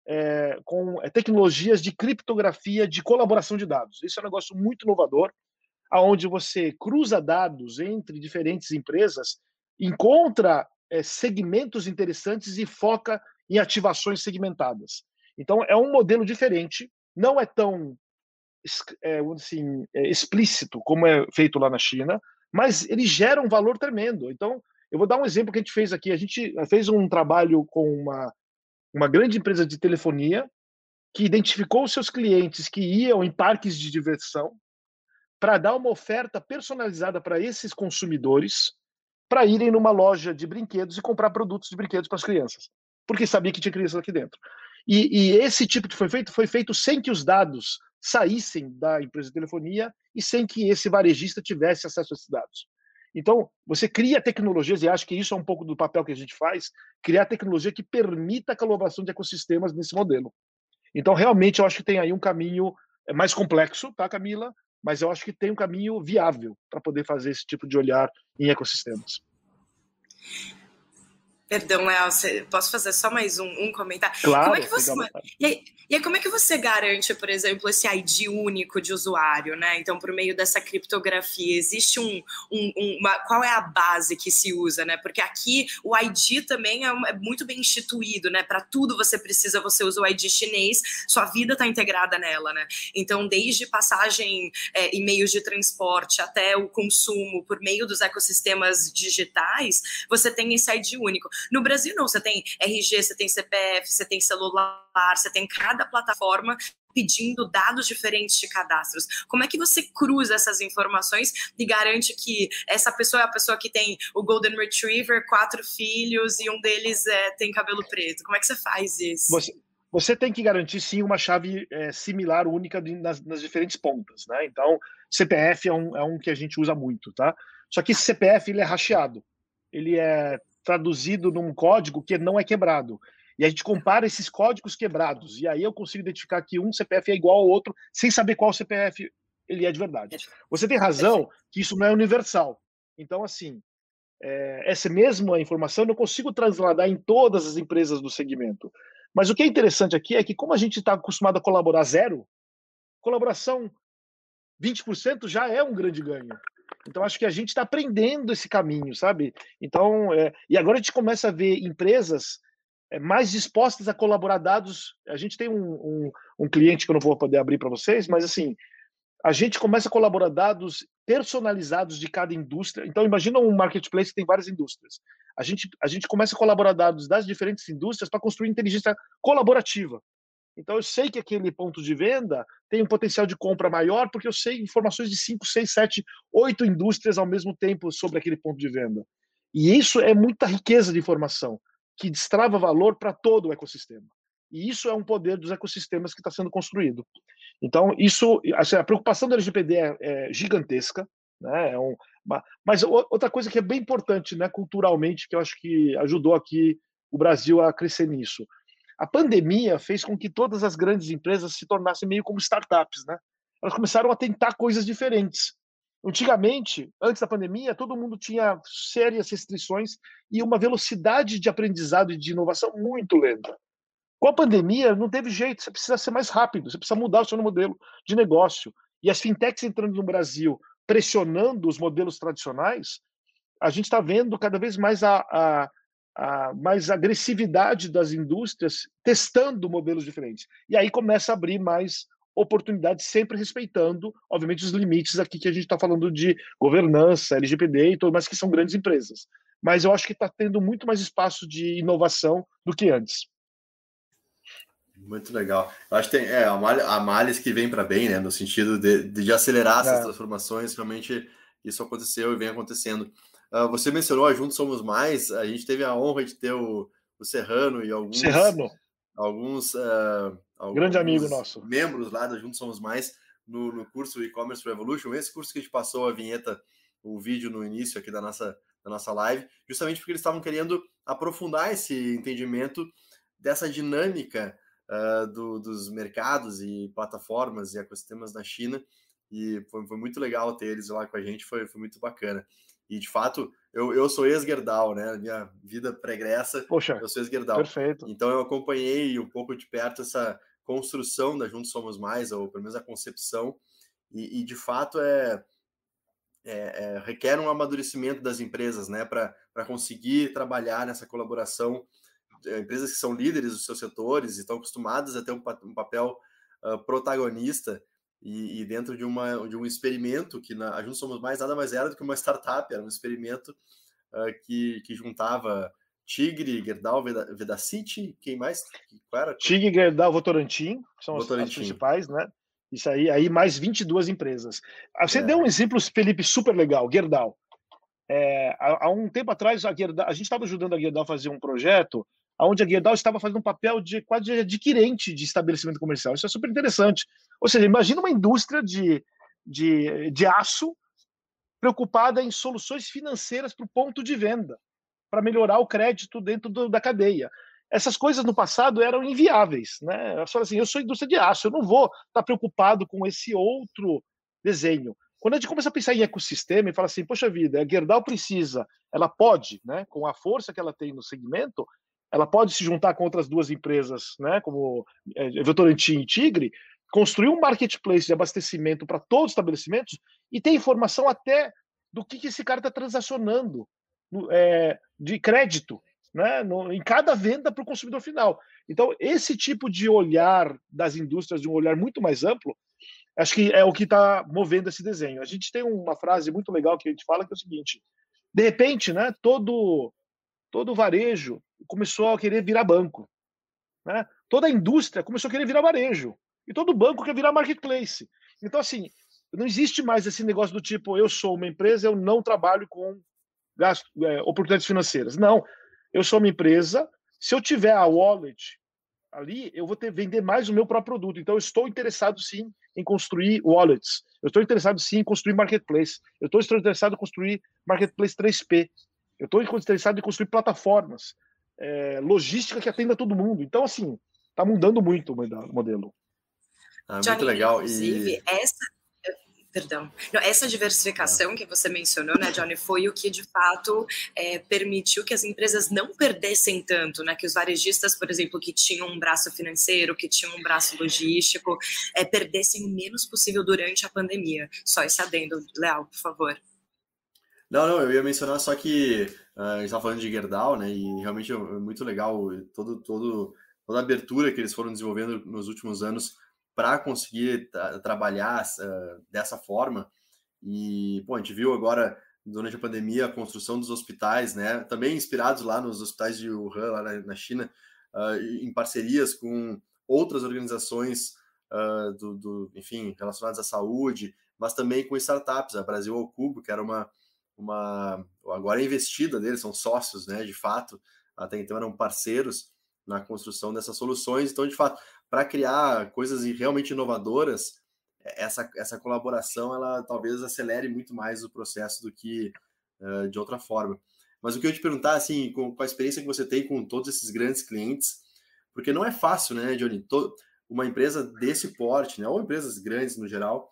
D: é, com tecnologias de criptografia de colaboração de dados. Isso é um negócio muito inovador, onde você cruza dados entre diferentes empresas, encontra é, segmentos interessantes e foca em ativações segmentadas. Então, é um modelo diferente, não é tão é, assim, é, explícito, como é feito lá na China, mas ele gera um valor tremendo. Então, eu vou dar um exemplo que a gente fez aqui. A gente fez um trabalho com uma, uma grande empresa de telefonia que identificou os seus clientes que iam em parques de diversão para dar uma oferta personalizada para esses consumidores para irem numa loja de brinquedos e comprar produtos de brinquedos para as crianças, porque sabia que tinha crianças aqui dentro. E, e esse tipo de foi feito foi feito sem que os dados saíssem da empresa de telefonia e sem que esse varejista tivesse acesso a esses dados. Então, você cria tecnologias, e acho que isso é um pouco do papel que a gente faz, criar tecnologia que permita a colaboração de ecossistemas nesse modelo. Então, realmente, eu acho que tem aí um caminho mais complexo, tá, Camila? Mas eu acho que tem um caminho viável para poder fazer esse tipo de olhar em ecossistemas.
B: Perdão, Léo, posso fazer só mais um, um comentário?
D: Claro.
B: Como é que você... E aí, e aí, como é que você garante, por exemplo, esse I D único de usuário, né? Então, por meio dessa criptografia, existe um... um uma... Qual é a base que se usa, né? Porque aqui o I D também é, é muito bem instituído, né? Para tudo você precisa, você usa o I D chinês, sua vida está integrada nela, né? Então, desde passagem é, em meios de transporte até o consumo por meio dos ecossistemas digitais, você tem esse I D único. No Brasil, não. Você tem R G, você tem C P F, você tem celular, você tem cada plataforma pedindo dados diferentes de cadastros. Como é que você cruza essas informações e garante que essa pessoa é a pessoa que tem o Golden Retriever, quatro filhos e um deles é, tem cabelo preto? Como é que você faz isso?
D: Você, você tem que garantir, sim, uma chave é, similar, única de, nas, nas diferentes pontas, né? Então, C P F é um, é um que a gente usa muito, tá? Só que esse C P F, ele é hasteado. Ele é traduzido num código que não é quebrado. E a gente compara esses códigos quebrados. E aí eu consigo identificar que um C P F é igual ao outro, sem saber qual C P F ele é de verdade. Você tem razão que isso não é universal. Então, assim, é, essa mesma informação eu não consigo trasladar em todas as empresas do segmento. Mas o que é interessante aqui é que, como a gente está acostumado a colaborar zero, colaboração vinte por cento já é um grande ganho. Então, acho que a gente está aprendendo esse caminho, sabe? Então, é, e agora a gente começa a ver empresas é, mais dispostas a colaborar dados. A gente tem um, um, um cliente que eu não vou poder abrir para vocês, mas, assim, a gente começa a colaborar dados personalizados de cada indústria. Então, imagina um marketplace que tem várias indústrias. A gente, a gente começa a colaborar dados das diferentes indústrias para construir inteligência colaborativa. Então, eu sei que aquele ponto de venda tem um potencial de compra maior, porque eu sei informações de cinco, seis, sete, oito indústrias ao mesmo tempo sobre aquele ponto de venda. E isso é muita riqueza de informação, que destrava valor para todo o ecossistema. E isso é um poder dos ecossistemas que está sendo construído. Então, isso, assim, a preocupação do L G P D é, é gigantesca, né? É um, mas outra coisa que é bem importante, né, culturalmente, que eu acho que ajudou aqui o Brasil a crescer nisso. A pandemia fez com que todas as grandes empresas se tornassem meio como startups, né? Elas começaram a tentar coisas diferentes. Antigamente, antes da pandemia, todo mundo tinha sérias restrições e uma velocidade de aprendizado e de inovação muito lenta. Com a pandemia, não teve jeito, você precisa ser mais rápido, você precisa mudar o seu modelo de negócio. E as fintechs entrando no Brasil, pressionando os modelos tradicionais, a gente está vendo cada vez mais a, a, a mais agressividade das indústrias testando modelos diferentes. E aí começa a abrir mais oportunidades, sempre respeitando, obviamente, os limites aqui que a gente está falando de governança, L G P D e tudo mais, que são grandes empresas. Mas eu acho que está tendo muito mais espaço de inovação do que antes.
A: Muito legal. Eu acho que tem é, a males que vem para bem, né? No sentido de, de acelerar essas é. transformações, realmente isso aconteceu e vem acontecendo. Uh, você mencionou a Juntos Somos Mais, a gente teve a honra de ter o, o Serrano e alguns,
D: Serrano.
A: alguns, uh,
D: grande
A: alguns
D: amigo nosso.
A: membros lá da Juntos Somos Mais no, no curso E-Commerce Revolution, esse curso que a gente passou a vinheta, o vídeo no início aqui da nossa, da nossa live, justamente porque eles estavam querendo aprofundar esse entendimento dessa dinâmica Uh, do, dos mercados e plataformas e ecossistemas na China, e foi, foi muito legal ter eles lá com a gente, foi, foi muito bacana. E, de fato, eu, eu sou ex-Gerdau, né? Minha vida pregressa,
D: Poxa,
A: eu sou ex-Gerdau.
D: Perfeito.
A: Então, eu acompanhei um pouco de perto essa construção da Juntos Somos Mais, ou pelo menos a concepção, e, e de fato, é, é, é, requer um amadurecimento das empresas, né? Para conseguir trabalhar nessa colaboração. Empresas que são líderes dos seus setores e estão acostumadas a ter um, um papel uh, protagonista e, e dentro de, uma, de um experimento que na, a Juntos Somos Mais nada mais era do que uma startup, era um experimento uh, que, que juntava Tigre, Gerdau, Veda, Vedacity, quem mais? Qual era?
D: Tigre, Gerdau, Votorantim, que são Votorantim. As principais, né? Isso aí, aí mais vinte e duas empresas. Você é. deu um exemplo, Felipe, super legal, Gerdau. É, há, há um tempo atrás, a, Gerdau, a gente estava ajudando a Gerdau a fazer um projeto onde a Gerdau estava fazendo um papel de quase de adquirente de estabelecimento comercial. Isso é super interessante. Ou seja, imagina uma indústria de, de, de aço preocupada em soluções financeiras para o ponto de venda, para melhorar o crédito dentro do, da cadeia. Essas coisas no passado eram inviáveis, né? Eu falo assim, eu sou indústria de aço, eu não vou estar preocupado com esse outro desenho. Quando a gente começa a pensar em ecossistema e fala assim, poxa vida, a Gerdau precisa, ela pode, né, com a força que ela tem no segmento, ela pode se juntar com outras duas empresas, né, como é, Votorantim e Tigre, construir um marketplace de abastecimento para todos os estabelecimentos e ter informação até do que, que esse cara está transacionando é, de crédito, né, no, em cada venda para o consumidor final. Então, esse tipo de olhar das indústrias, de um olhar muito mais amplo, acho que é o que está movendo esse desenho. A gente tem uma frase muito legal que a gente fala, que é o seguinte, de repente, né, todo, todo varejo começou a querer virar banco, né? Toda a indústria começou a querer virar varejo, e todo banco quer virar marketplace. Então, assim, não existe mais esse negócio do tipo, eu sou uma empresa, eu não trabalho com gasto, é, oportunidades financeiras. Não, eu sou uma empresa, se eu tiver a wallet ali, eu vou ter, vender mais o meu próprio produto. Então, eu estou interessado, sim, em construir wallets. Eu estou interessado, sim, em construir marketplace. Eu estou interessado em construir marketplace três P. Eu estou interessado em construir plataformas, é, logística que atenda todo mundo. Então, assim, está mudando muito o modelo.
A: Ah, muito Johnny, legal.
B: Inclusive,
A: e...
B: essa... Perdão. Não, essa diversificação que você mencionou, né, Johnny, foi o que, de fato, é, permitiu que as empresas não perdessem tanto, né, que os varejistas, por exemplo, que tinham um braço financeiro, que tinham um braço logístico, é, perdessem o menos possível durante a pandemia. Só esse adendo, Leal, por favor.
A: Não, não, eu ia mencionar só que uh, a gente estava falando de Gerdau, né, e realmente é muito legal todo, todo, toda a abertura que eles foram desenvolvendo nos últimos anos para conseguir tra trabalhar uh, dessa forma. E, pô, a gente viu agora, durante a pandemia, a construção dos hospitais, né, também inspirados lá nos hospitais de Wuhan, lá na, na China, uh, em parcerias com outras organizações, uh, do, do, enfim, relacionadas à saúde, mas também com startups, a Brasil ao Cubo, que era uma, uma agora é investida deles, são sócios, né, de fato, até então eram parceiros na construção dessas soluções. Então, de fato, para criar coisas realmente inovadoras, essa, essa colaboração, ela talvez acelere muito mais o processo do que uh, de outra forma. Mas o que eu ia te perguntar, assim, com, com a experiência que você tem com todos esses grandes clientes, porque não é fácil, né, Johnny? Todo, uma empresa desse porte, né, ou empresas grandes no geral,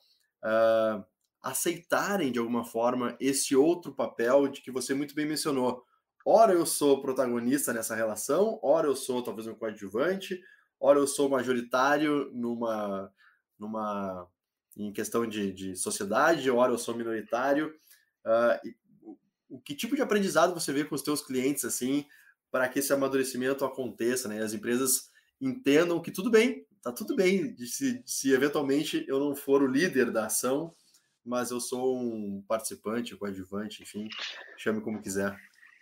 A: uh, aceitarem de alguma forma esse outro papel de que você muito bem mencionou. Ora eu sou protagonista nessa relação, ora eu sou talvez um coadjuvante, ora eu sou majoritário numa, numa em questão de, de sociedade, ora eu sou minoritário. Uh, e, o que tipo de aprendizado você vê com os teus clientes, assim, para que esse amadurecimento aconteça, né? As empresas entendam que tudo bem, tá tudo bem, se, se eventualmente eu não for o líder da ação, mas eu sou um participante, um coadjuvante, enfim, chame como quiser.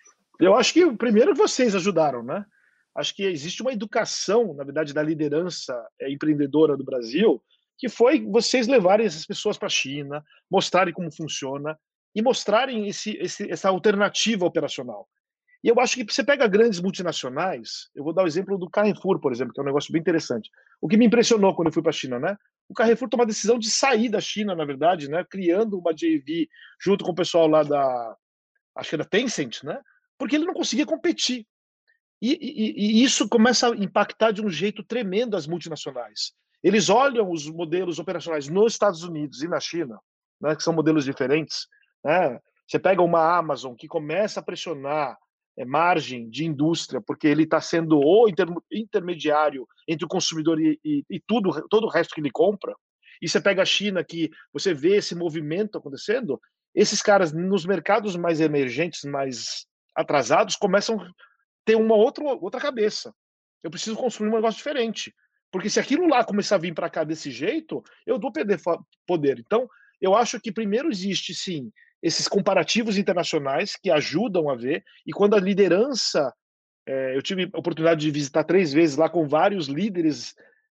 D: Eu acho que primeiro vocês ajudaram, né? Acho que existe uma educação, na verdade, da liderança empreendedora do Brasil, que foi vocês levarem essas pessoas para a China, mostrarem como funciona e mostrarem esse, esse, essa alternativa operacional. E eu acho que você pega grandes multinacionais, eu vou dar o exemplo do Carrefour, por exemplo, que é um negócio bem interessante. O que me impressionou quando eu fui para a China, né? O Carrefour tomou a decisão de sair da China, na verdade, né? Criando uma J V junto com o pessoal lá da, acho que era Tencent, né? Porque ele não conseguia competir. E, e, e isso começa a impactar de um jeito tremendo as multinacionais. Eles olham os modelos operacionais nos Estados Unidos e na China, né, que são modelos diferentes. Né? Você pega uma Amazon que começa a pressionar é, margem de indústria, porque ele está sendo o inter, intermediário entre o consumidor e, e, e tudo, todo o resto que ele compra. E você pega a China, que você vê esse movimento acontecendo, esses caras, nos mercados mais emergentes, mais atrasados, começam a ter uma outra, outra cabeça. Eu preciso construir um negócio diferente. Porque se aquilo lá começar a vir para cá desse jeito, eu vou perder poder. Então, eu acho que primeiro existe, sim, esses comparativos internacionais que ajudam a ver, e quando a liderança... É, eu tive a oportunidade de visitar três vezes lá com vários líderes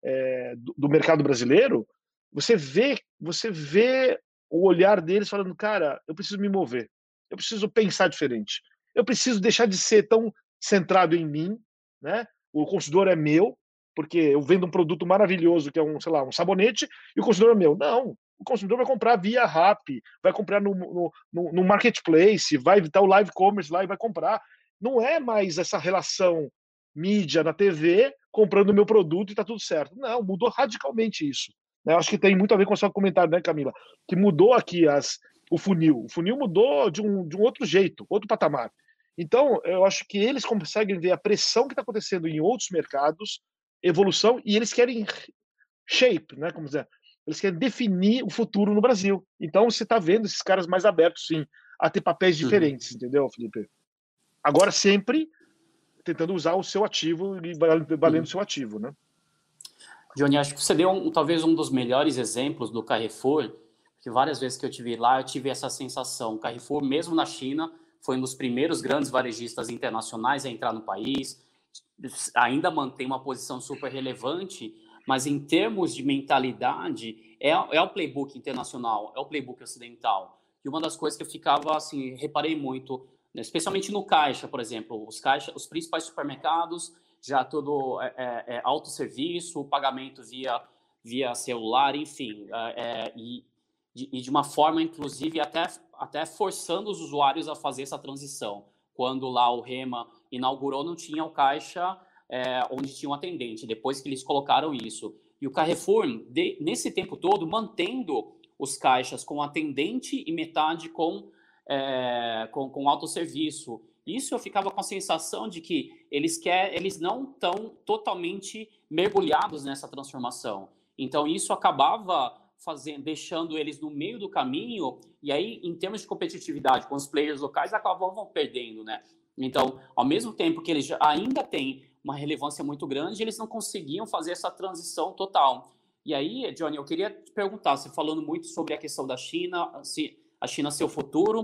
D: é, do, do mercado brasileiro, você vê, você vê o olhar deles falando, cara, eu preciso me mover, eu preciso pensar diferente. Eu preciso deixar de ser tão centrado em mim, né? O consumidor é meu, porque eu vendo um produto maravilhoso que é um, sei lá, um sabonete, e o consumidor é meu. Não, o consumidor vai comprar via Rappi, vai comprar no, no, no, no marketplace, vai estar o live commerce lá e vai comprar. Não é mais essa relação mídia na T V comprando o meu produto e está tudo certo. Não, mudou radicalmente isso. Eu acho que tem muito a ver com o seu comentário, né, Camila? Que mudou aqui as, o funil. O funil mudou de um, de um outro jeito, outro patamar. Então, eu acho que eles conseguem ver a pressão que está acontecendo em outros mercados, evolução, e eles querem shape, né? Como dizer, eles querem definir o futuro no Brasil. Então, você está vendo esses caras mais abertos, sim, a ter papéis diferentes, uhum. Entendeu, Felipe? Agora, sempre tentando usar o seu ativo e valendo o seu ativo, né?
C: Johnny, acho que você deu um, talvez um dos melhores exemplos do Carrefour, porque várias vezes que eu estive lá, eu tive essa sensação. O Carrefour, mesmo na China, foi um dos primeiros grandes varejistas internacionais a entrar no país, ainda mantém uma posição super relevante, mas em termos de mentalidade, é, é o playbook internacional, é o playbook ocidental. E uma das coisas que eu ficava, assim, reparei muito, especialmente no caixa, por exemplo, os, caixa, os principais supermercados, já todo é, é, é, autosserviço, pagamento via, via celular, enfim, é, é, e, de, e de uma forma, inclusive, até, até forçando os usuários a fazer essa transição. Quando lá o Rema inaugurou, não tinha o caixa é, onde tinha um atendente, depois que eles colocaram isso. E o Carrefour, de, nesse tempo todo, mantendo os caixas com atendente e metade com É, com, com autosserviço. Isso eu ficava com a sensação de que eles, quer, eles não estão totalmente mergulhados nessa transformação. Então, isso acabava fazendo, deixando eles no meio do caminho, e aí, em termos de competitividade com os players locais, acabavam perdendo, né? Então, ao mesmo tempo que eles já ainda têm uma relevância muito grande, eles não conseguiam fazer essa transição total. E aí, Johnny, eu queria te perguntar, você falando muito sobre a questão da China, se a China seu futuro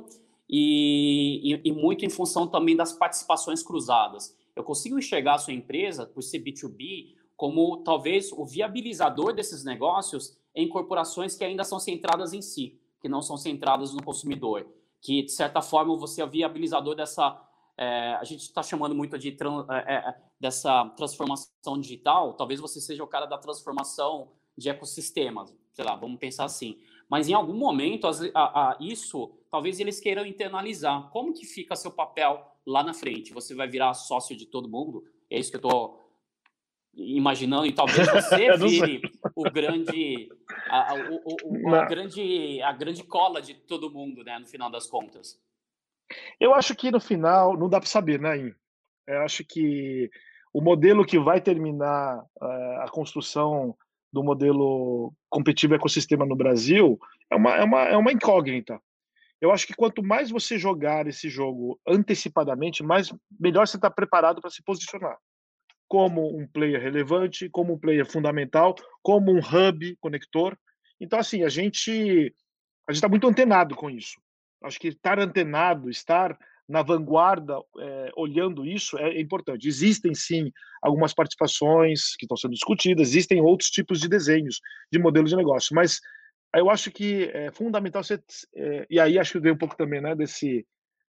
C: e, e, e muito em função também das participações cruzadas. Eu consigo enxergar a sua empresa, por ser B dois B, como talvez o viabilizador desses negócios em corporações que ainda são centradas em si, que não são centradas no consumidor, que, de certa forma, você é o viabilizador dessa, é, a gente está chamando muito de tran, é, é, dessa transformação digital, talvez você seja o cara da transformação de ecossistemas, sei lá, vamos pensar assim. Mas em algum momento, as, a, a, isso, talvez eles queiram internalizar. Como que fica seu papel lá na frente? Você vai virar sócio de todo mundo? É isso que eu estou imaginando, e talvez você vire o grande, a, o, o, a, grande, a grande cola de todo mundo, né, no final das contas.
D: Eu acho que no final, não dá para saber, né, In? Eu acho que o modelo que vai terminar uh, a construção do modelo competitivo ecossistema no Brasil é uma, é, uma, é uma incógnita. Eu acho que quanto mais você jogar esse jogo antecipadamente, mais melhor você está preparado para se posicionar como um player relevante, como um player fundamental, como um hub conector. Então, assim, a gente a gente está muito antenado com isso. Acho que estar antenado, estar na vanguarda, é, olhando isso, é, é importante. Existem, sim, algumas participações que estão sendo discutidas, existem outros tipos de desenhos, de modelos de negócio, mas eu acho que é fundamental você... É, e aí acho que veio um pouco também, né, desse,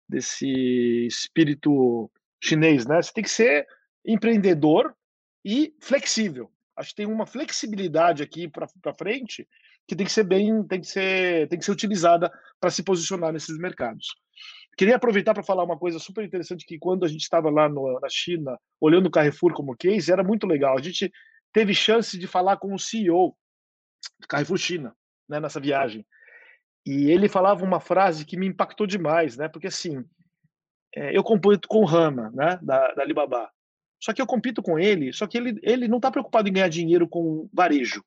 D: desse espírito chinês, né? Você tem que ser empreendedor e flexível. Acho que tem uma flexibilidade aqui para frente que tem que ser bem, tem que ser, tem que ser utilizada para se posicionar nesses mercados. Queria aproveitar para falar uma coisa super interessante, que quando a gente estava lá no, na China, olhando o Carrefour como case, era muito legal. A gente teve chance de falar com o C E O do Carrefour China, né, nessa viagem. E ele falava uma frase que me impactou demais, né? Porque assim, é, eu compito com o Hama, né, da, da Alibaba. Só que eu compito com ele, só que ele, ele não está preocupado em ganhar dinheiro com varejo,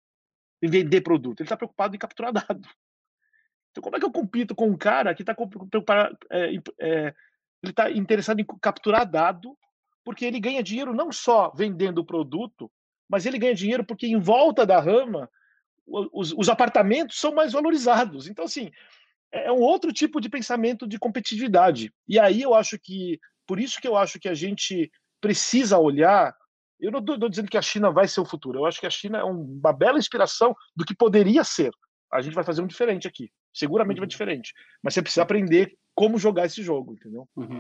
D: em vender produto. Ele está preocupado em capturar dado. Então, como é que eu compito com um cara que está preocupado, é, é, ele está interessado em capturar dado, porque ele ganha dinheiro não só vendendo o produto, mas ele ganha dinheiro porque em volta da Hama os, os apartamentos são mais valorizados. Então, assim, é um outro tipo de pensamento de competitividade. E aí eu acho que, por isso que eu acho que a gente precisa olhar. Eu não estou dizendo que a China vai ser o futuro, eu acho que a China é uma bela inspiração do que poderia ser. A gente vai fazer um diferente aqui, seguramente vai diferente, mas você precisa aprender como jogar esse jogo, entendeu?
C: Uhum.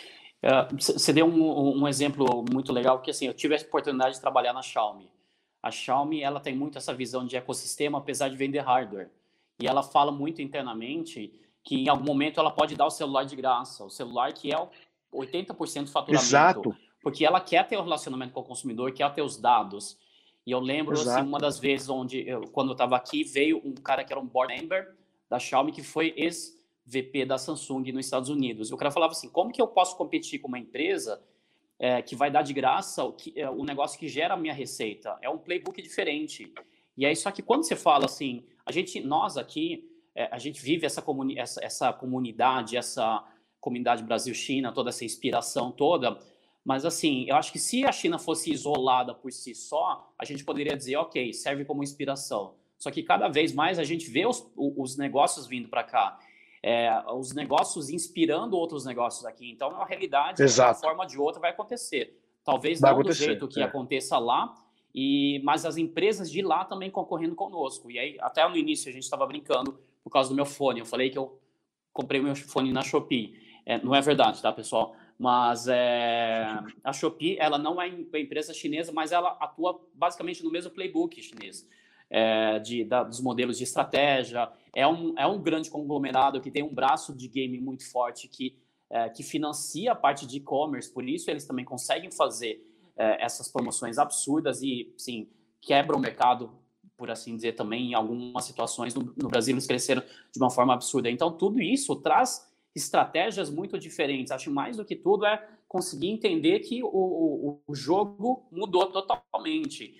C: Uh, você deu um, um exemplo muito legal, que assim, eu tive a oportunidade de trabalhar na Xiaomi. A Xiaomi, ela tem muito essa visão de ecossistema, apesar de vender hardware. E ela fala muito internamente que em algum momento ela pode dar o celular de graça, o celular que é oitenta por cento do faturamento.
D: Exato.
C: Porque ela quer ter o um relacionamento com o consumidor, quer ter os dados. E eu lembro, Exato. assim, uma das vezes onde, eu, quando eu estava aqui, veio um cara que era um board member da Xiaomi, que foi ex-V P da Samsung nos Estados Unidos. E o cara falava assim, como que eu posso competir com uma empresa é, que vai dar de graça o, que, é, o negócio que gera a minha receita? É um playbook diferente. E aí, só que quando você fala assim, a gente, nós aqui, é, a gente vive essa, comuni essa, essa comunidade, essa comunidade Brasil-China, toda essa inspiração toda, mas assim, eu acho que se a China fosse isolada por si só, a gente poderia dizer, ok, serve como inspiração. Só que cada vez mais a gente vê os, os negócios vindo para cá, é, os negócios inspirando outros negócios aqui. Então, é uma realidade,
D: Exato.
C: de uma forma ou de outra vai acontecer. Talvez
D: vai
C: não
D: acontecer,
C: do jeito que
D: é.
C: aconteça lá, e, mas as empresas de lá também concorrendo conosco. E aí, até no início, a gente estava brincando por causa do meu fone. Eu falei que eu comprei meu fone na Shopee. É, não é verdade, tá, pessoal? Mas é, a Shopee, ela não é uma empresa chinesa, mas ela atua basicamente no mesmo playbook chinês, é, de, da, dos modelos de estratégia. É um, é um grande conglomerado que tem um braço de game muito forte que, é, que financia a parte de e-commerce, por isso eles também conseguem fazer é, essas promoções absurdas e, sim, quebram o mercado, por assim dizer, também em algumas situações. No, no Brasil, eles cresceram de uma forma absurda. Então, tudo isso traz estratégias muito diferentes. Acho mais do que tudo é conseguir entender que o, o, o jogo mudou totalmente.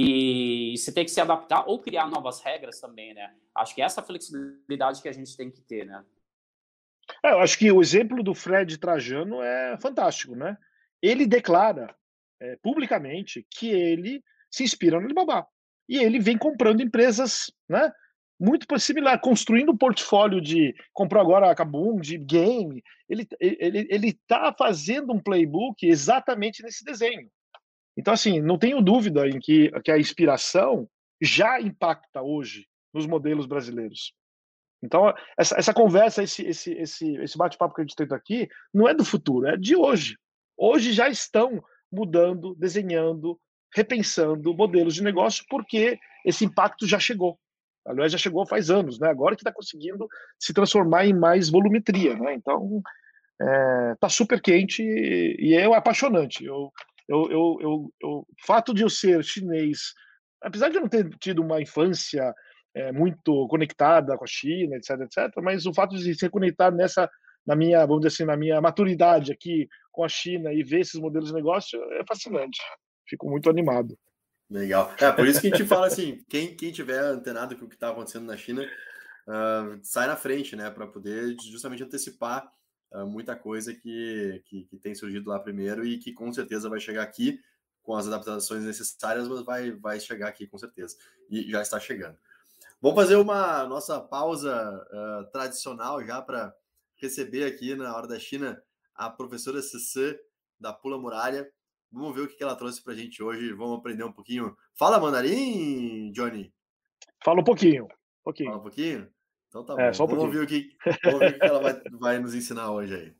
C: E você tem que se adaptar ou criar novas regras também, né? Acho que essa flexibilidade que a gente tem que ter, né?
D: É, eu acho que o exemplo do Fred Trajano é fantástico, né? Ele declara é, publicamente que ele se inspira no Alibaba. E ele vem comprando empresas, né? Muito similar, construindo um portfólio de... Comprou agora a Kabum, de game. Ele ele ele está fazendo um playbook exatamente nesse desenho. Então, assim, não tenho dúvida em que, que a inspiração já impacta hoje nos modelos brasileiros. Então, essa, essa conversa, esse, esse, esse, esse bate-papo que a gente tem aqui, não é do futuro, é de hoje. Hoje já estão mudando, desenhando, repensando modelos de negócio, porque esse impacto já chegou. Aliás, já chegou faz anos, né? Agora que está conseguindo se transformar em mais volumetria, né? Então, é, tá super quente e, e é apaixonante. Eu, eu, eu, eu, eu, o fato de eu ser chinês, apesar de eu não ter tido uma infância é, muito conectada com a China, etc, etcétera, mas o fato de se conectar nessa, na minha, vamos dizer assim, na minha maturidade aqui com a China e ver esses modelos de negócio é fascinante. Fico muito animado.
A: Legal. É, por isso que a gente fala assim, quem, quem tiver antenado com o que está acontecendo na China, uh, sai na frente, né, para poder justamente antecipar uh, muita coisa que, que, que tem surgido lá primeiro e que com certeza vai chegar aqui com as adaptações necessárias, mas vai, vai chegar aqui com certeza. E já está chegando. Vamos fazer uma nossa pausa uh, tradicional já para receber aqui na Hora da China a professora Ceci da Pula Muralha. Vamos ver o que ela trouxe para a gente hoje. Vamos aprender um pouquinho. Fala mandarim, Johnny?
D: Fala um pouquinho. Um pouquinho.
A: Fala um pouquinho? Então tá
D: é,
A: bom.
D: Só um
A: vamos, ouvir o que, vamos ouvir o que ela vai, vai nos ensinar hoje aí.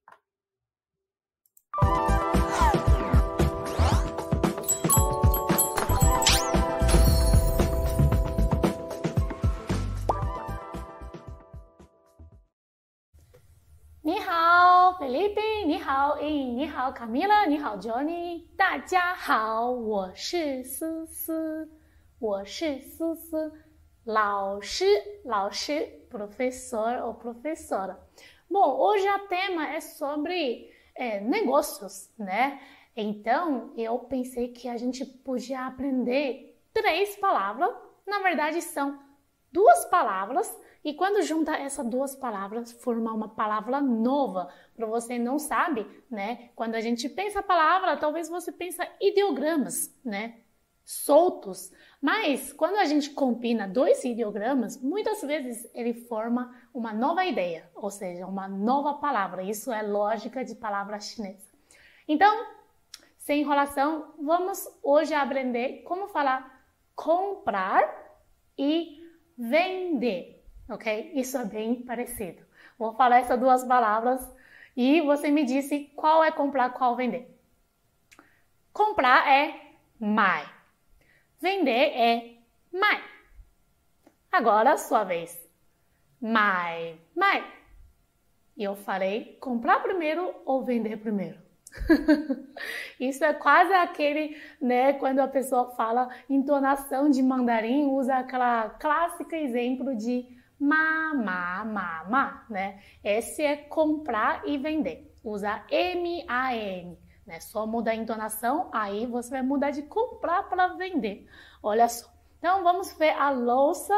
E: Felipe, 你好 ，你好 Camila， 你好 Johnny， 大家好，我是思思，我是思思，老师，老师 professor ou professora. Bom, hoje a tema é sobre é, negócios, né? Então, eu pensei que a gente podia aprender três palavras, na verdade são duas palavras, e quando junta essas duas palavras, forma uma palavra nova. Para você não sabe, né? Quando a gente pensa a palavra, talvez você pensa ideogramas, né? Soltos. Mas quando a gente combina dois ideogramas, muitas vezes ele forma uma nova ideia, ou seja, uma nova palavra. Isso é lógica de palavra chinesa. Então, sem enrolação, vamos hoje aprender como falar comprar e vender. Ok? Isso é bem parecido. Vou falar essas duas palavras e você me disse qual é comprar, qual vender. Comprar é mai. Vender é mai. Agora, sua vez. Mai, mai. E eu falei comprar primeiro ou vender primeiro. Isso é quase aquele, né, quando a pessoa fala entonação de mandarim, usa aquela clássica exemplo de ma, ma, ma, ma, né? Esse é comprar e vender. Usa M A N, né? Só muda a entonação, aí você vai mudar de comprar para vender. Olha só. Então, vamos ver a louça.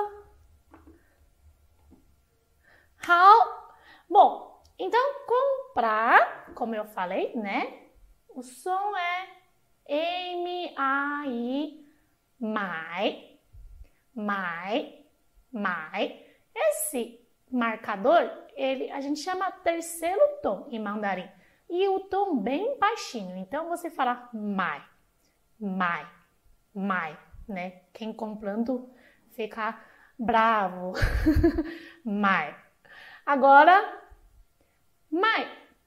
E: How? Bom, então, comprar, como eu falei, né? O som é M A I, mai, mai, mai. Esse marcador, ele, a gente chama terceiro tom em mandarim. E o tom bem baixinho. Então, você fala mai, mai, mai, né? Quem comprando fica bravo. Mai. Agora, mai.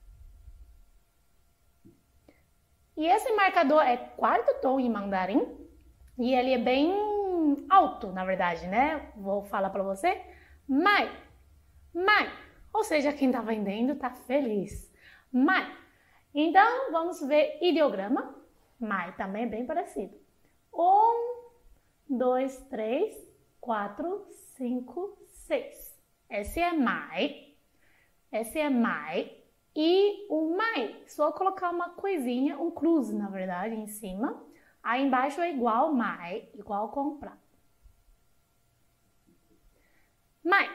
E: E esse marcador é quarto tom em mandarim. E ele é bem alto, na verdade, né? Vou falar para você. Mai, mai, ou seja, quem está vendendo está feliz. Mai. Então, vamos ver ideograma. Mai também é bem parecido. Um, dois, três, quatro, cinco, seis. Esse é mai. Esse é mai. E o mai, só colocar uma coisinha, um cruze, na verdade, em cima. Aí embaixo é igual mai, igual comprar. Mai.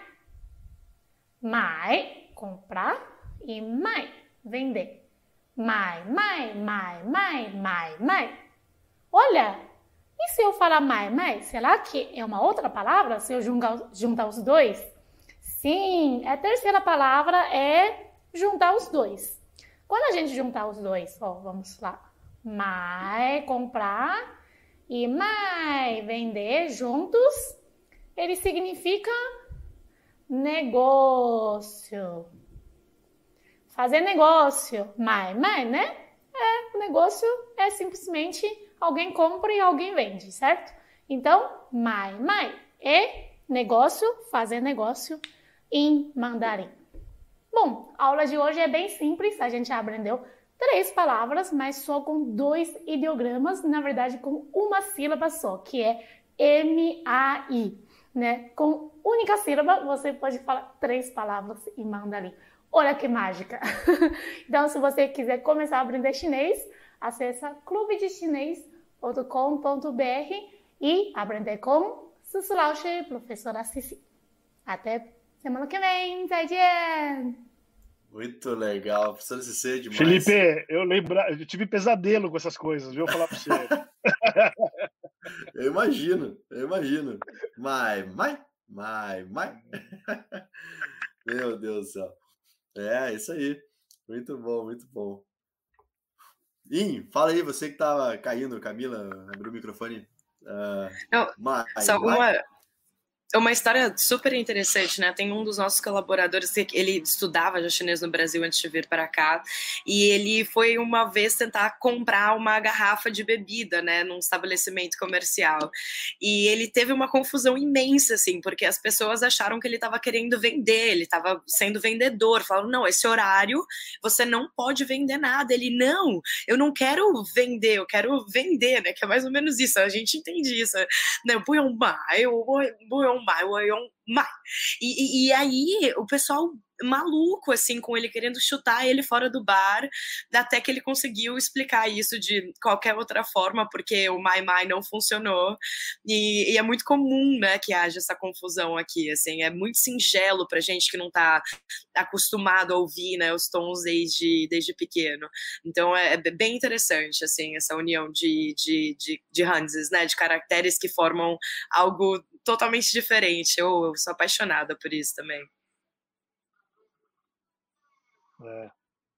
E: Mai, comprar. E mai, vender. Mai, mai, mai, mai, mai, mai. Olha, e se eu falar mai, mai, será que é uma outra palavra? Se eu juntar, juntar os dois? Sim, a terceira palavra é juntar os dois. Quando a gente juntar os dois, ó, vamos lá. Mai, comprar. E mai, vender juntos. Ele significa negócio. Fazer negócio. Mai, mai, né? É, o negócio é simplesmente alguém compra e alguém vende, certo? Então, mai, mai é negócio, fazer negócio em mandarim. Bom, a aula de hoje é bem simples, a gente aprendeu três palavras, mas só com dois ideogramas, na verdade com uma sílaba só, que é M A I, né? Com única sílaba você pode falar três palavras em mandarim. Olha que mágica! Então, se você quiser começar a aprender chinês, acessa clube de chinês ponto com ponto b r e aprender com Susu Laoshi, professora Cici. Até semana que vem, 再见!
A: Muito legal, professora Cici, demais.
D: Felipe, eu lembro, eu tive pesadelo com essas coisas, viu? Eu falar para você.
A: Eu imagino, eu imagino. Mai, mai, mai, mai. Meu Deus do céu. É, isso aí. Muito bom, muito bom. Ih, fala aí, você que tava caindo, Camila, abriu o microfone. Uh,
B: Não,
A: mai,
B: só
A: mai.
B: uma... É uma história super interessante, né? Tem um dos nossos colaboradores que ele estudava já chinês no Brasil antes de vir para cá, e ele foi uma vez tentar comprar uma garrafa de bebida, né, num estabelecimento comercial. E ele teve uma confusão imensa, assim, porque as pessoas acharam que ele estava querendo vender, ele estava sendo vendedor, falaram, não, esse horário você não pode vender nada. Ele, não, eu não quero vender, eu quero vender, né? Que é mais ou menos isso, a gente entende isso, né? E, e, e aí o pessoal maluco, assim, com ele querendo chutar ele fora do bar, até que ele conseguiu explicar isso de qualquer outra forma, porque o Mai Mai não funcionou, e, e é muito comum, né, que haja essa confusão aqui, assim, é muito singelo pra gente que não tá acostumado a ouvir, né, os tons desde, desde pequeno, então é, é bem interessante, assim, essa união de, de, de, de Hanses, né, de caracteres que formam algo totalmente diferente. Eu, eu sou apaixonada por isso também.
D: É.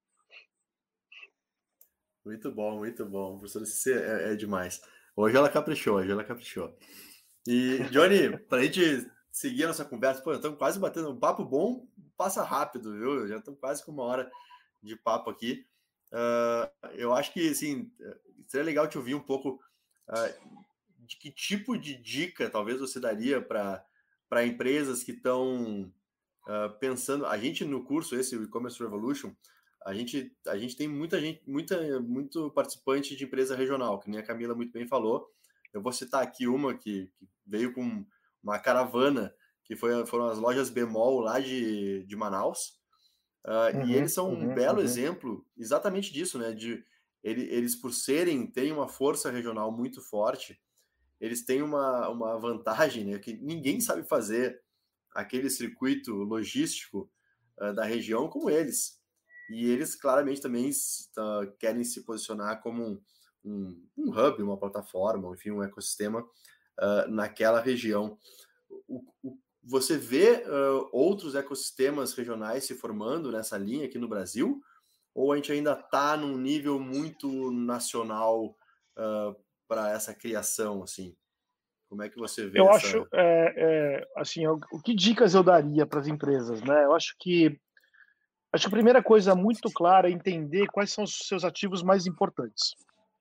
A: Muito bom, muito bom. Professora Cici é, é demais. Hoje ela caprichou, hoje ela caprichou. E, Johnny, para a gente seguir a nossa conversa, pô, estamos quase batendo um papo bom, passa rápido, viu? Já estamos quase com uma hora de papo aqui. Uh, eu acho que, assim, seria legal te ouvir um pouco uh, de que tipo de dica talvez você daria para para empresas que estão uh, pensando. A gente no curso esse, o E-Commerce Revolution, a gente, a gente tem muita gente, muita, muito participante de empresa regional, que nem a Camila muito bem falou. Eu vou citar aqui uma que, que veio com uma caravana, que foi, foram as lojas Bemol lá de, de Manaus, uh, uhum, e eles são um uhum, belo uhum. exemplo exatamente disso, né? De, ele, eles, por serem, têm uma força regional muito forte, eles têm uma, uma vantagem, né, que ninguém sabe fazer aquele circuito logístico uh, da região como eles. E eles claramente também uh, querem se posicionar como um, um, um hub, uma plataforma, enfim, um ecossistema uh, naquela região. O, o, você vê uh, outros ecossistemas regionais se formando nessa linha aqui no Brasil? Ou a gente ainda está num nível muito nacional uh, para essa criação, assim? Como é que você vê
D: eu
A: essa...
D: acho, é, é, assim, o, o que dicas eu daria para as empresas, né? Eu acho que acho que a primeira coisa muito clara é entender quais são os seus ativos mais importantes.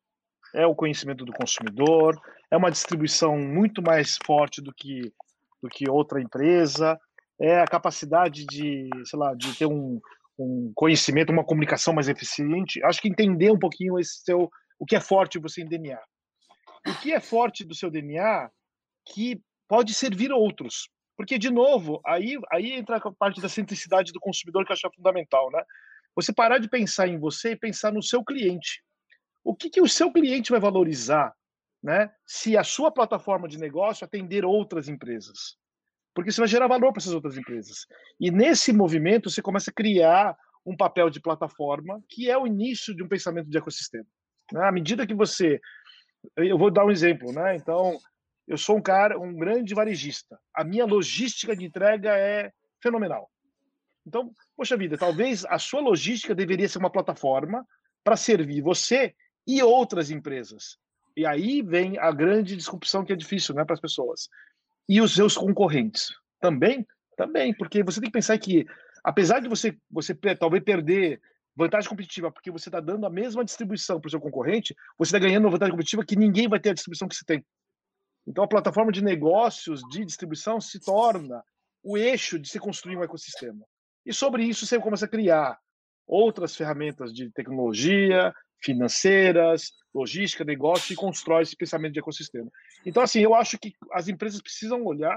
D: É o conhecimento do consumidor, é uma distribuição muito mais forte do que do que outra empresa, é a capacidade de, sei lá, de ter um, um conhecimento, uma comunicação mais eficiente. Acho que entender um pouquinho esse seu, o que é forte você em D N A. O que é forte do seu D N A que pode servir a outros. Porque, de novo, aí, aí entra a parte da centricidade do consumidor que eu acho fundamental, né? Você parar de pensar em você e pensar no seu cliente. O que, que o seu cliente vai valorizar, né, se a sua plataforma de negócio atender outras empresas? Porque você vai gerar valor para essas outras empresas. E nesse movimento você começa a criar um papel de plataforma que é o início de um pensamento de ecossistema. Né? À medida que você... Eu vou dar um exemplo, né? Então, eu sou um cara, um grande varejista. A minha logística de entrega é fenomenal. Então, poxa vida, talvez a sua logística deveria ser uma plataforma para servir você e outras empresas. E aí vem a grande disrupção que é difícil, né, para as pessoas. E os seus concorrentes também Também, porque você tem que pensar que, apesar de você, você talvez perder vantagem competitiva, porque você está dando a mesma distribuição para o seu concorrente, você está ganhando uma vantagem competitiva que ninguém vai ter a distribuição que você tem. Então, a plataforma de negócios, de distribuição, se torna o eixo de se construir um ecossistema. E sobre isso, você começa a criar outras ferramentas de tecnologia, financeiras, logística, negócio, e constrói esse pensamento de ecossistema. Então, assim, eu acho que as empresas precisam olhar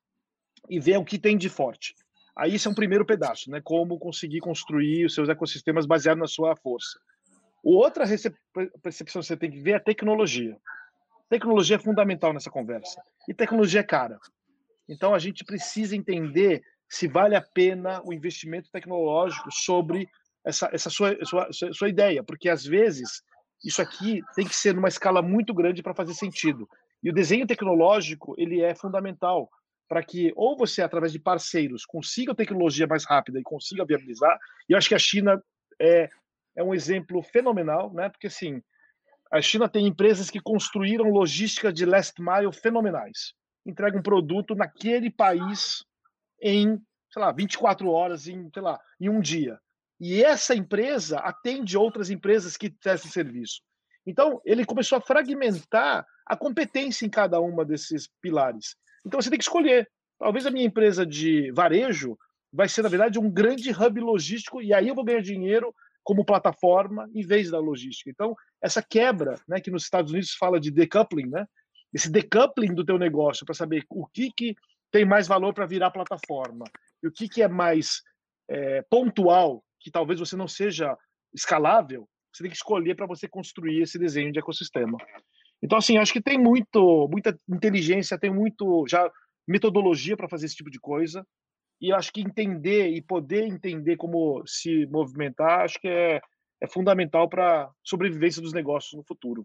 D: e ver o que tem de forte. Aí esse é um primeiro pedaço, né? Como conseguir construir os seus ecossistemas baseado na sua força. Outra percepção que você tem que ver é a tecnologia. Tecnologia é fundamental nessa conversa. E tecnologia é cara. Então, a gente precisa entender se vale a pena o investimento tecnológico sobre essa, essa sua, sua, sua ideia. Porque, às vezes, isso aqui tem que ser numa escala muito grande para fazer sentido. E o desenho tecnológico ele é fundamental para que, ou você, através de parceiros, consiga tecnologia mais rápida e consiga viabilizar. E eu acho que a China é, é um exemplo fenomenal, né? Porque, assim, a China tem empresas que construíram logística de last mile fenomenais. Entregam um produto naquele país em, sei lá, vinte e quatro horas, em, sei lá, em um dia. E essa empresa atende outras empresas que prestam serviço. Então, ele começou a fragmentar a competência em cada uma desses pilares. Então, você tem que escolher. Talvez a minha empresa de varejo vai ser, na verdade, um grande hub logístico, e aí eu vou ganhar dinheiro como plataforma em vez da logística. Então, essa quebra, né, que nos Estados Unidos fala de decoupling, né, esse decoupling do teu negócio para saber o que, que tem mais valor para virar plataforma e o que, que é mais é, pontual, que talvez você não seja escalável, você tem que escolher para você construir esse desenho de ecossistema. Então, assim, acho que tem muito, muita inteligência, tem muito já metodologia para fazer esse tipo de coisa. E eu acho que entender e poder entender como se movimentar, acho que é, é fundamental para a sobrevivência dos negócios no futuro.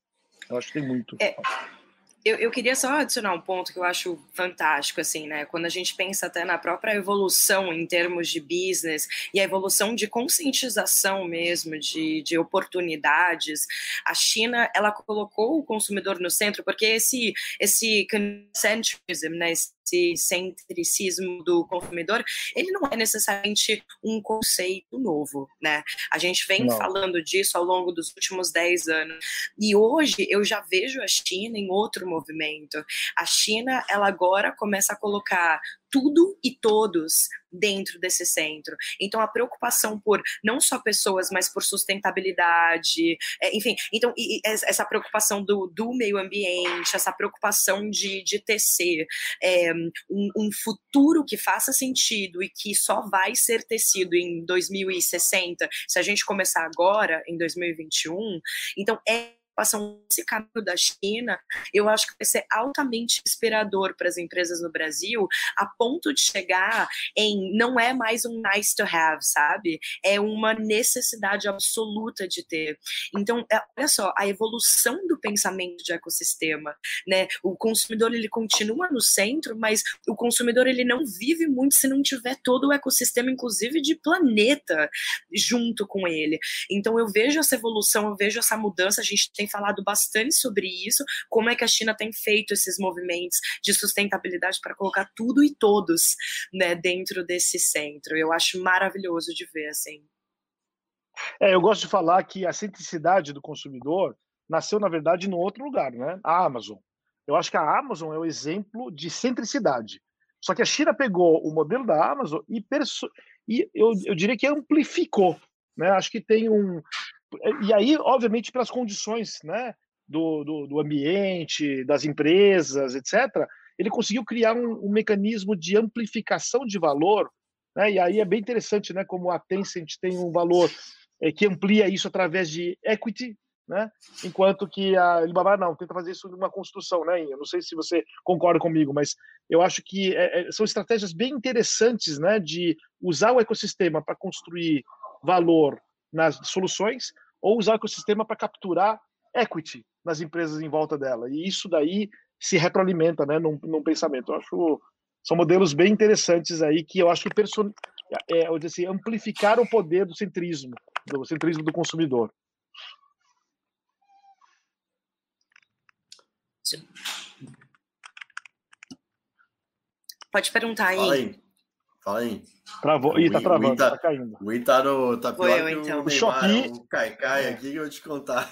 D: Eu acho que tem muito.
B: É. Eu, eu queria só adicionar um ponto que eu acho fantástico, assim, né? Quando a gente pensa até na própria evolução em termos de business e a evolução de conscientização mesmo, de, de oportunidades, a China, ela colocou o consumidor no centro, porque esse, esse concentrism, né? Esse centricismo do consumidor, ele não é necessariamente um conceito novo, né? A gente vem não. falando disso ao longo dos últimos dez anos. E hoje eu já vejo a China em outro movimento. A China, ela agora começa a colocar tudo e todos dentro desse centro. Então, a preocupação por não só pessoas, mas por sustentabilidade, é, enfim, então, e, e essa preocupação do, do meio ambiente, essa preocupação de, de tecer é, um, um futuro que faça sentido e que só vai ser tecido em dois mil e sessenta, se a gente começar agora, em dois mil e vinte e um, então é passam esse caminho da China, eu acho que vai ser altamente inspirador para as empresas no Brasil, a ponto de chegar em não é mais um nice to have, sabe? É uma necessidade absoluta de ter. Então, olha só, a evolução do pensamento de ecossistema, né? O consumidor, ele continua no centro, mas o consumidor, ele não vive muito se não tiver todo o ecossistema, inclusive de planeta, junto com ele. Então, eu vejo essa evolução, eu vejo essa mudança, a gente tem falado bastante sobre isso, como é que a China tem feito esses movimentos de sustentabilidade para colocar tudo e todos, né, dentro desse centro. Eu acho maravilhoso de ver, assim.
D: É, eu gosto de falar que a centricidade do consumidor nasceu, na verdade, em outro lugar, né? A Amazon. Eu acho que a Amazon é o exemplo de centricidade. Só que a China pegou o modelo da Amazon e, perso... e eu, eu diria que amplificou, né? Acho que tem um... E aí, obviamente, pelas condições, né, do, do, do ambiente, das empresas, etcétera, ele conseguiu criar um, um mecanismo de amplificação de valor, né, e aí é bem interessante, né, como a Tencent tem um valor é, que amplia isso através de equity, né, enquanto que a Alibaba não, tenta fazer isso numa construção, né, eu não sei se você concorda comigo, mas eu acho que é, são estratégias bem interessantes, né, de usar o ecossistema para construir valor nas soluções, ou usar o ecossistema para capturar equity nas empresas em volta dela. E isso daí se retroalimenta, né, num, num pensamento. Eu acho são modelos bem interessantes aí que eu acho que person... é, eu assim, amplificar o poder do centrismo, do centrismo do consumidor.
B: Pode perguntar aí.
A: Fala aí. Fala aí.
D: Travou. Ih, tá travando, tá, tá caindo.
A: O Win tá, no, tá pior
B: eu,
A: que
B: então.
A: o Neymar,
D: Shopee...
A: o Caicai aqui que eu vou te contar.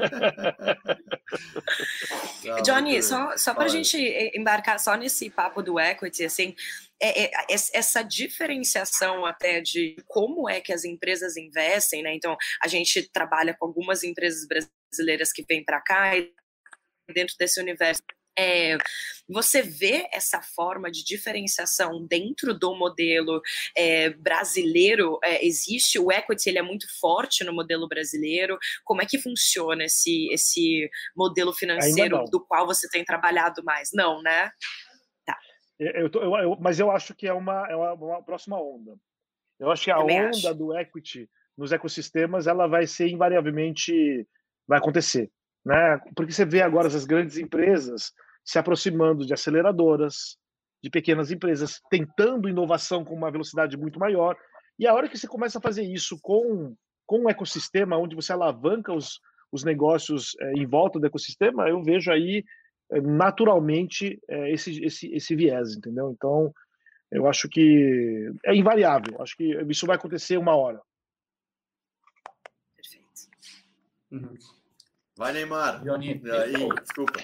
B: Não, Johnny, só, só para a gente embarcar só nesse papo do equity, assim, é, é, essa diferenciação até de como é que as empresas investem, né? Então, a gente trabalha com algumas empresas brasileiras que vêm para cá e dentro desse universo. É, você vê essa forma de diferenciação dentro do modelo é, brasileiro? É, existe o equity, ele é muito forte no modelo brasileiro. Como é que funciona esse, esse modelo financeiro do qual você tem trabalhado mais? Não, né? Tá.
D: Eu tô, eu, eu, mas eu acho que é uma, é uma, uma próxima onda. Eu acho que a
B: Também
D: onda
B: acho.
D: do equity nos ecossistemas, ela vai ser invariavelmente, vai acontecer, né? Porque você vê agora essas grandes empresas se aproximando de aceleradoras, de pequenas empresas, tentando inovação com uma velocidade muito maior. E a hora que você começa a fazer isso com, com um ecossistema onde você alavanca os, os negócios é, em volta do ecossistema, eu vejo aí é, naturalmente é, esse, esse, esse viés, entendeu? Então, eu acho que é invariável. Acho que isso vai acontecer uma hora.
B: Perfeito.
C: Uhum.
A: Vai, Neymar.
C: Johnny,
A: aí, desculpa.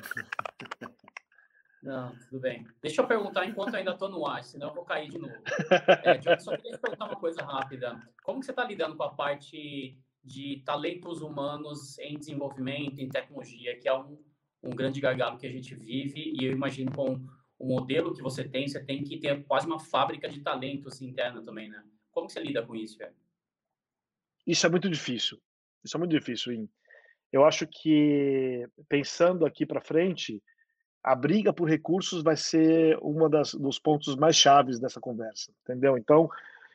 C: Não, tudo bem. Deixa eu perguntar enquanto eu ainda estou no ar, senão eu vou cair de novo. É, Johnny, só queria te perguntar uma coisa rápida. Como que você está lidando com a parte de talentos humanos em desenvolvimento, em tecnologia, que é um, um grande gargalo que a gente vive, e eu imagino com o modelo que você tem, você tem que ter quase uma fábrica de talentos interna também, né? Como que você lida com isso, velho?
D: Isso é muito difícil. Isso é muito difícil, Ian. Eu acho que, pensando aqui para frente, a briga por recursos vai ser uma das, dos pontos mais chaves dessa conversa, entendeu? Então,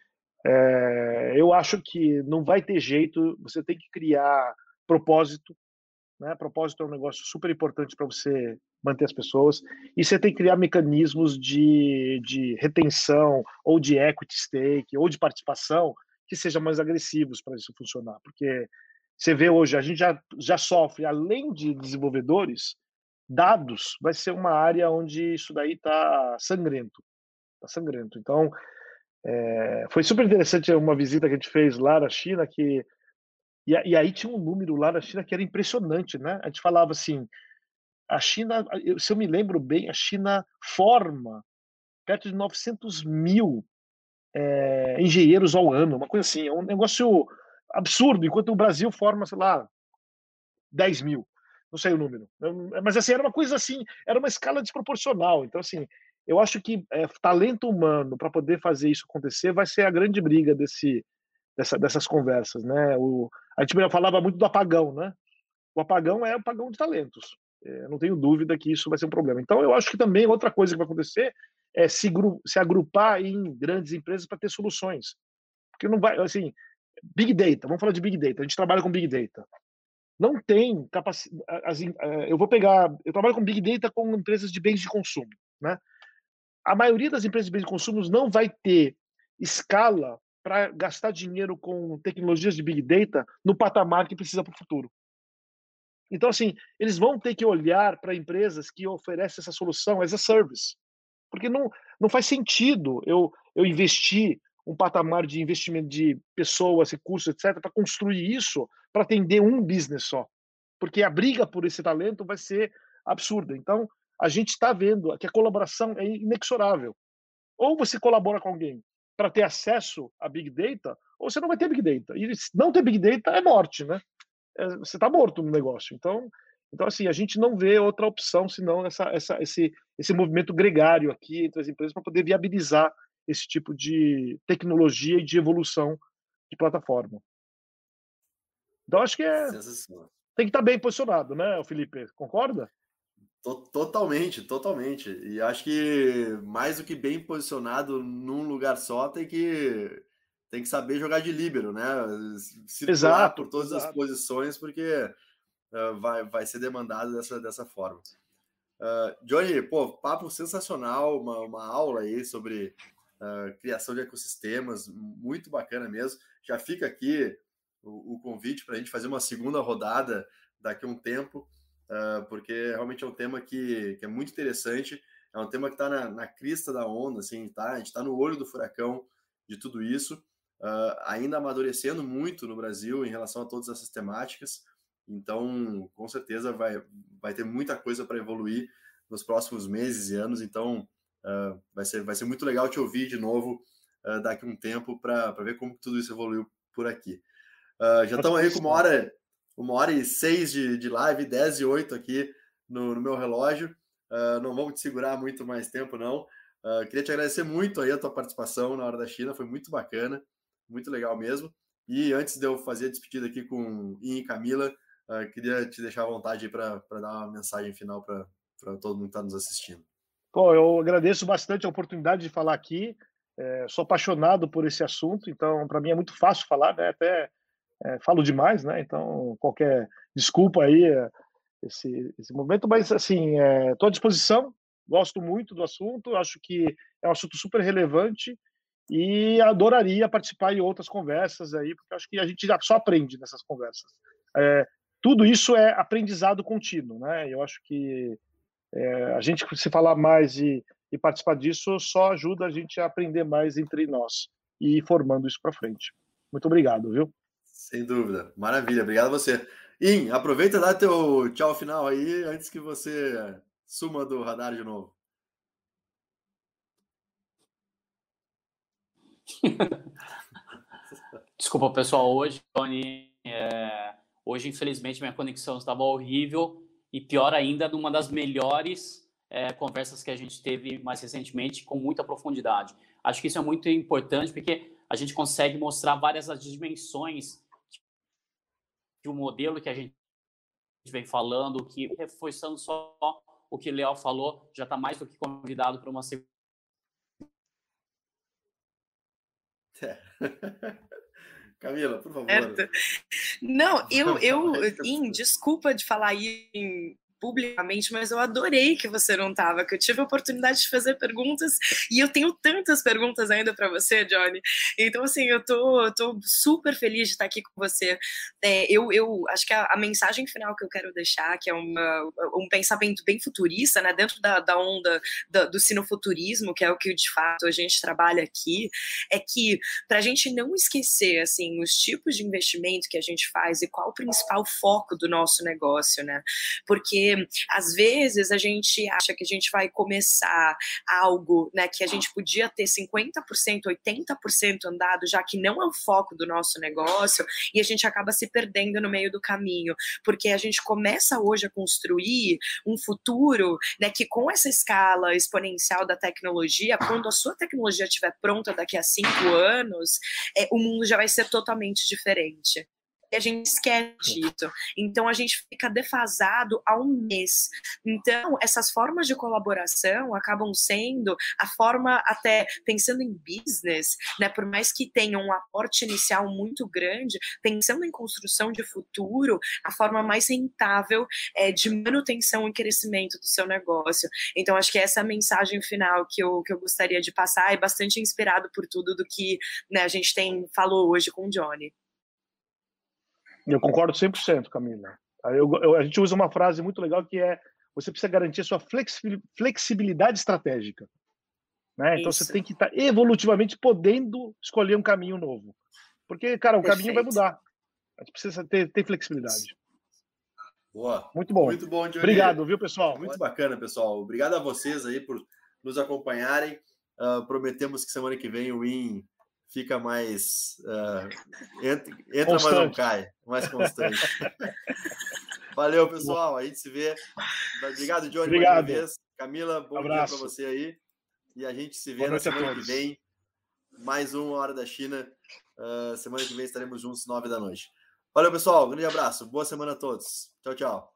D: é, eu acho que não vai ter jeito, você tem que criar propósito, né? Propósito é um negócio super importante para você manter as pessoas, e você tem que criar mecanismos de, de retenção, ou de equity stake, ou de participação, que sejam mais agressivos para isso funcionar, porque você vê hoje, a gente já, já sofre, além de desenvolvedores, dados vai ser uma área onde isso daí está sangrento, está sangrento. Então, é, foi super interessante uma visita que a gente fez lá na China, que e, e aí tinha um número lá na China que era impressionante, né? A gente falava assim, a China, se eu me lembro bem, a China forma perto de novecentos mil é, engenheiros ao ano, uma coisa assim, é um negócio absurdo, enquanto o Brasil forma, sei lá, dez mil. Não sei o número. Mas assim, era uma coisa assim, era uma escala desproporcional. Então, assim, eu acho que é, talento humano para poder fazer isso acontecer vai ser a grande briga desse, dessa, dessas conversas, né? O, a gente falava muito do apagão, né? O apagão é o apagão de talentos. É, não tenho dúvida que isso vai ser um problema. Então, eu acho que também outra coisa que vai acontecer é se, gru, se agrupar em grandes empresas para ter soluções. Porque não vai, assim, Big Data, vamos falar de Big Data. A gente trabalha com Big Data. Não tem capacidade. Eu vou pegar. Eu trabalho com Big Data com empresas de bens de consumo, né? A maioria das empresas de bens de consumo não vai ter escala para gastar dinheiro com tecnologias de Big Data no patamar que precisa para o futuro. Então, assim, eles vão ter que olhar para empresas que oferecem essa solução as a service. Porque não, não faz sentido eu, eu investir um patamar de investimento de pessoas, recursos, etcétera, para construir isso para atender um business só. Porque a briga por esse talento vai ser absurda. Então, a gente está vendo que a colaboração é inexorável. Ou você colabora com alguém para ter acesso a Big Data, ou você não vai ter Big Data. E não ter Big Data é morte, né? É, você está morto no negócio. Então, então, assim, a gente não vê outra opção senão essa, essa, esse, esse movimento gregário aqui entre as empresas para poder viabilizar esse tipo de tecnologia e de evolução de plataforma. Então, acho que é, tem que estar bem posicionado, né, Felipe? Concorda?
A: Totalmente, totalmente. E acho que mais do que bem posicionado num lugar só, tem que, tem que saber jogar de líbero, né? Circular
D: exato,
A: por todas
D: exato.
A: as posições, porque uh, vai, vai ser demandado dessa, dessa forma. Uh, Johnny, pô, papo sensacional, uma, uma aula aí sobre uh, criação de ecossistemas, muito bacana mesmo. Já fica aqui o, o convite para a gente fazer uma segunda rodada daqui a um tempo, uh, porque realmente é um tema que, que é muito interessante. é um tema que está na, na crista da onda, assim, tá? A gente está no olho do furacão de tudo isso, uh, ainda amadurecendo muito no Brasil em relação a todas essas temáticas. Então, com certeza vai, vai ter muita coisa para evoluir nos próximos meses e anos. Então, uh, vai, ser, vai ser muito legal te ouvir de novo uh, daqui a um tempo para ver como tudo isso evoluiu por aqui. Uh, já estamos aí com uma hora, uma hora e seis de, de live, dez e oito aqui no, no meu relógio. Uh, não vamos te segurar muito mais tempo, não. Uh, queria te agradecer muito aí a tua participação na Hora da China, foi muito bacana, muito legal mesmo. E antes de eu fazer a despedida aqui com Yin e Camila, uh, queria te deixar à vontade para dar uma mensagem final para todo mundo que está nos assistindo.
D: Pô, eu agradeço bastante a oportunidade de falar aqui. É, sou apaixonado por esse assunto, então para mim é muito fácil falar, né? Até é, falo demais, né? Então qualquer desculpa aí é, esse, esse momento, mas assim, estou é, à disposição. Gosto muito do assunto, acho que é um assunto super relevante e adoraria participar em outras conversas aí, porque acho que a gente já só aprende nessas conversas. É, tudo isso é aprendizado contínuo, né? Eu acho que é, a gente se falar mais e, e participar disso só ajuda a gente a aprender mais entre nós e ir formando isso para frente. Muito obrigado, viu?
A: Sem dúvida. Maravilha. Obrigado a você. In, aproveita e dá teu tchau final aí antes que você suma do radar de novo.
C: Desculpa, pessoal. Hoje, Tony, é... hoje, infelizmente, minha conexão estava horrível e, pior ainda, numa das melhores é, conversas que a gente teve mais recentemente, com muita profundidade. Acho que isso é muito importante, porque a gente consegue mostrar várias as dimensões de um modelo que a gente vem falando, que, reforçando só o que o Léo falou, já está mais do que convidado para uma segunda.
A: É. Camila, por favor.
B: Certo. Não, eu, eu em, desculpa de falar em publicamente, mas eu adorei que você não estava, que eu tive a oportunidade de fazer perguntas e eu tenho tantas perguntas ainda para você, Johnny. Então, assim, eu tô, eu tô super feliz de estar aqui com você. É, eu, eu acho que a, a mensagem final que eu quero deixar, que é uma, um pensamento bem futurista, né, dentro da, da onda da, do sinofuturismo, que é o que de fato a gente trabalha aqui, é que para a gente não esquecer, assim, os tipos de investimento que a gente faz e qual o principal foco do nosso negócio, né? Porque às vezes a gente acha que a gente vai começar algo, né, que a gente podia ter cinquenta por cento, oitenta por cento andado, já que não é o foco do nosso negócio, e a gente acaba se perdendo no meio do caminho, porque a gente começa hoje a construir um futuro, né, que com essa escala exponencial da tecnologia, quando a sua tecnologia estiver pronta daqui a cinco anos, é, o mundo já vai ser totalmente diferente. E a gente esquece disso. Então, a gente fica defasado a um mês. Então, essas formas de colaboração acabam sendo a forma, até pensando em business, né, por mais que tenha um aporte inicial muito grande, pensando em construção de futuro, a forma mais rentável é, de manutenção e crescimento do seu negócio. Então, acho que essa é a mensagem final que eu, que eu gostaria de passar, é bastante inspirado por tudo do que, né, a gente tem falou hoje com o Johnny.
D: Eu concordo cem por cento, Camila. Eu, eu, a gente usa uma frase muito legal que é: você precisa garantir a sua flexibilidade estratégica. Né? Então você tem que estar evolutivamente podendo escolher um caminho novo. Porque, cara, o Perfeito. caminho vai mudar. A gente precisa ter, ter flexibilidade.
A: Boa.
D: Muito bom.
A: Muito bom, Johnny.
D: Obrigado, viu, pessoal?
A: Muito bacana, pessoal. Obrigado a vocês aí por nos acompanharem. Uh, prometemos que semana que vem o Win fica mais... Uh, entra, entra mas não cai. Mais constante. Valeu, pessoal. A gente se vê. Obrigado, Johnny,
D: Obrigado.
A: mais uma vez. Camila, bom
D: Abraço.
A: dia para você aí. E a gente se vê na semana que vem. Mais uma Hora da China. Uh, semana que vem estaremos juntos, nove da noite. Valeu, pessoal. Um grande abraço. Boa semana a todos. Tchau, tchau.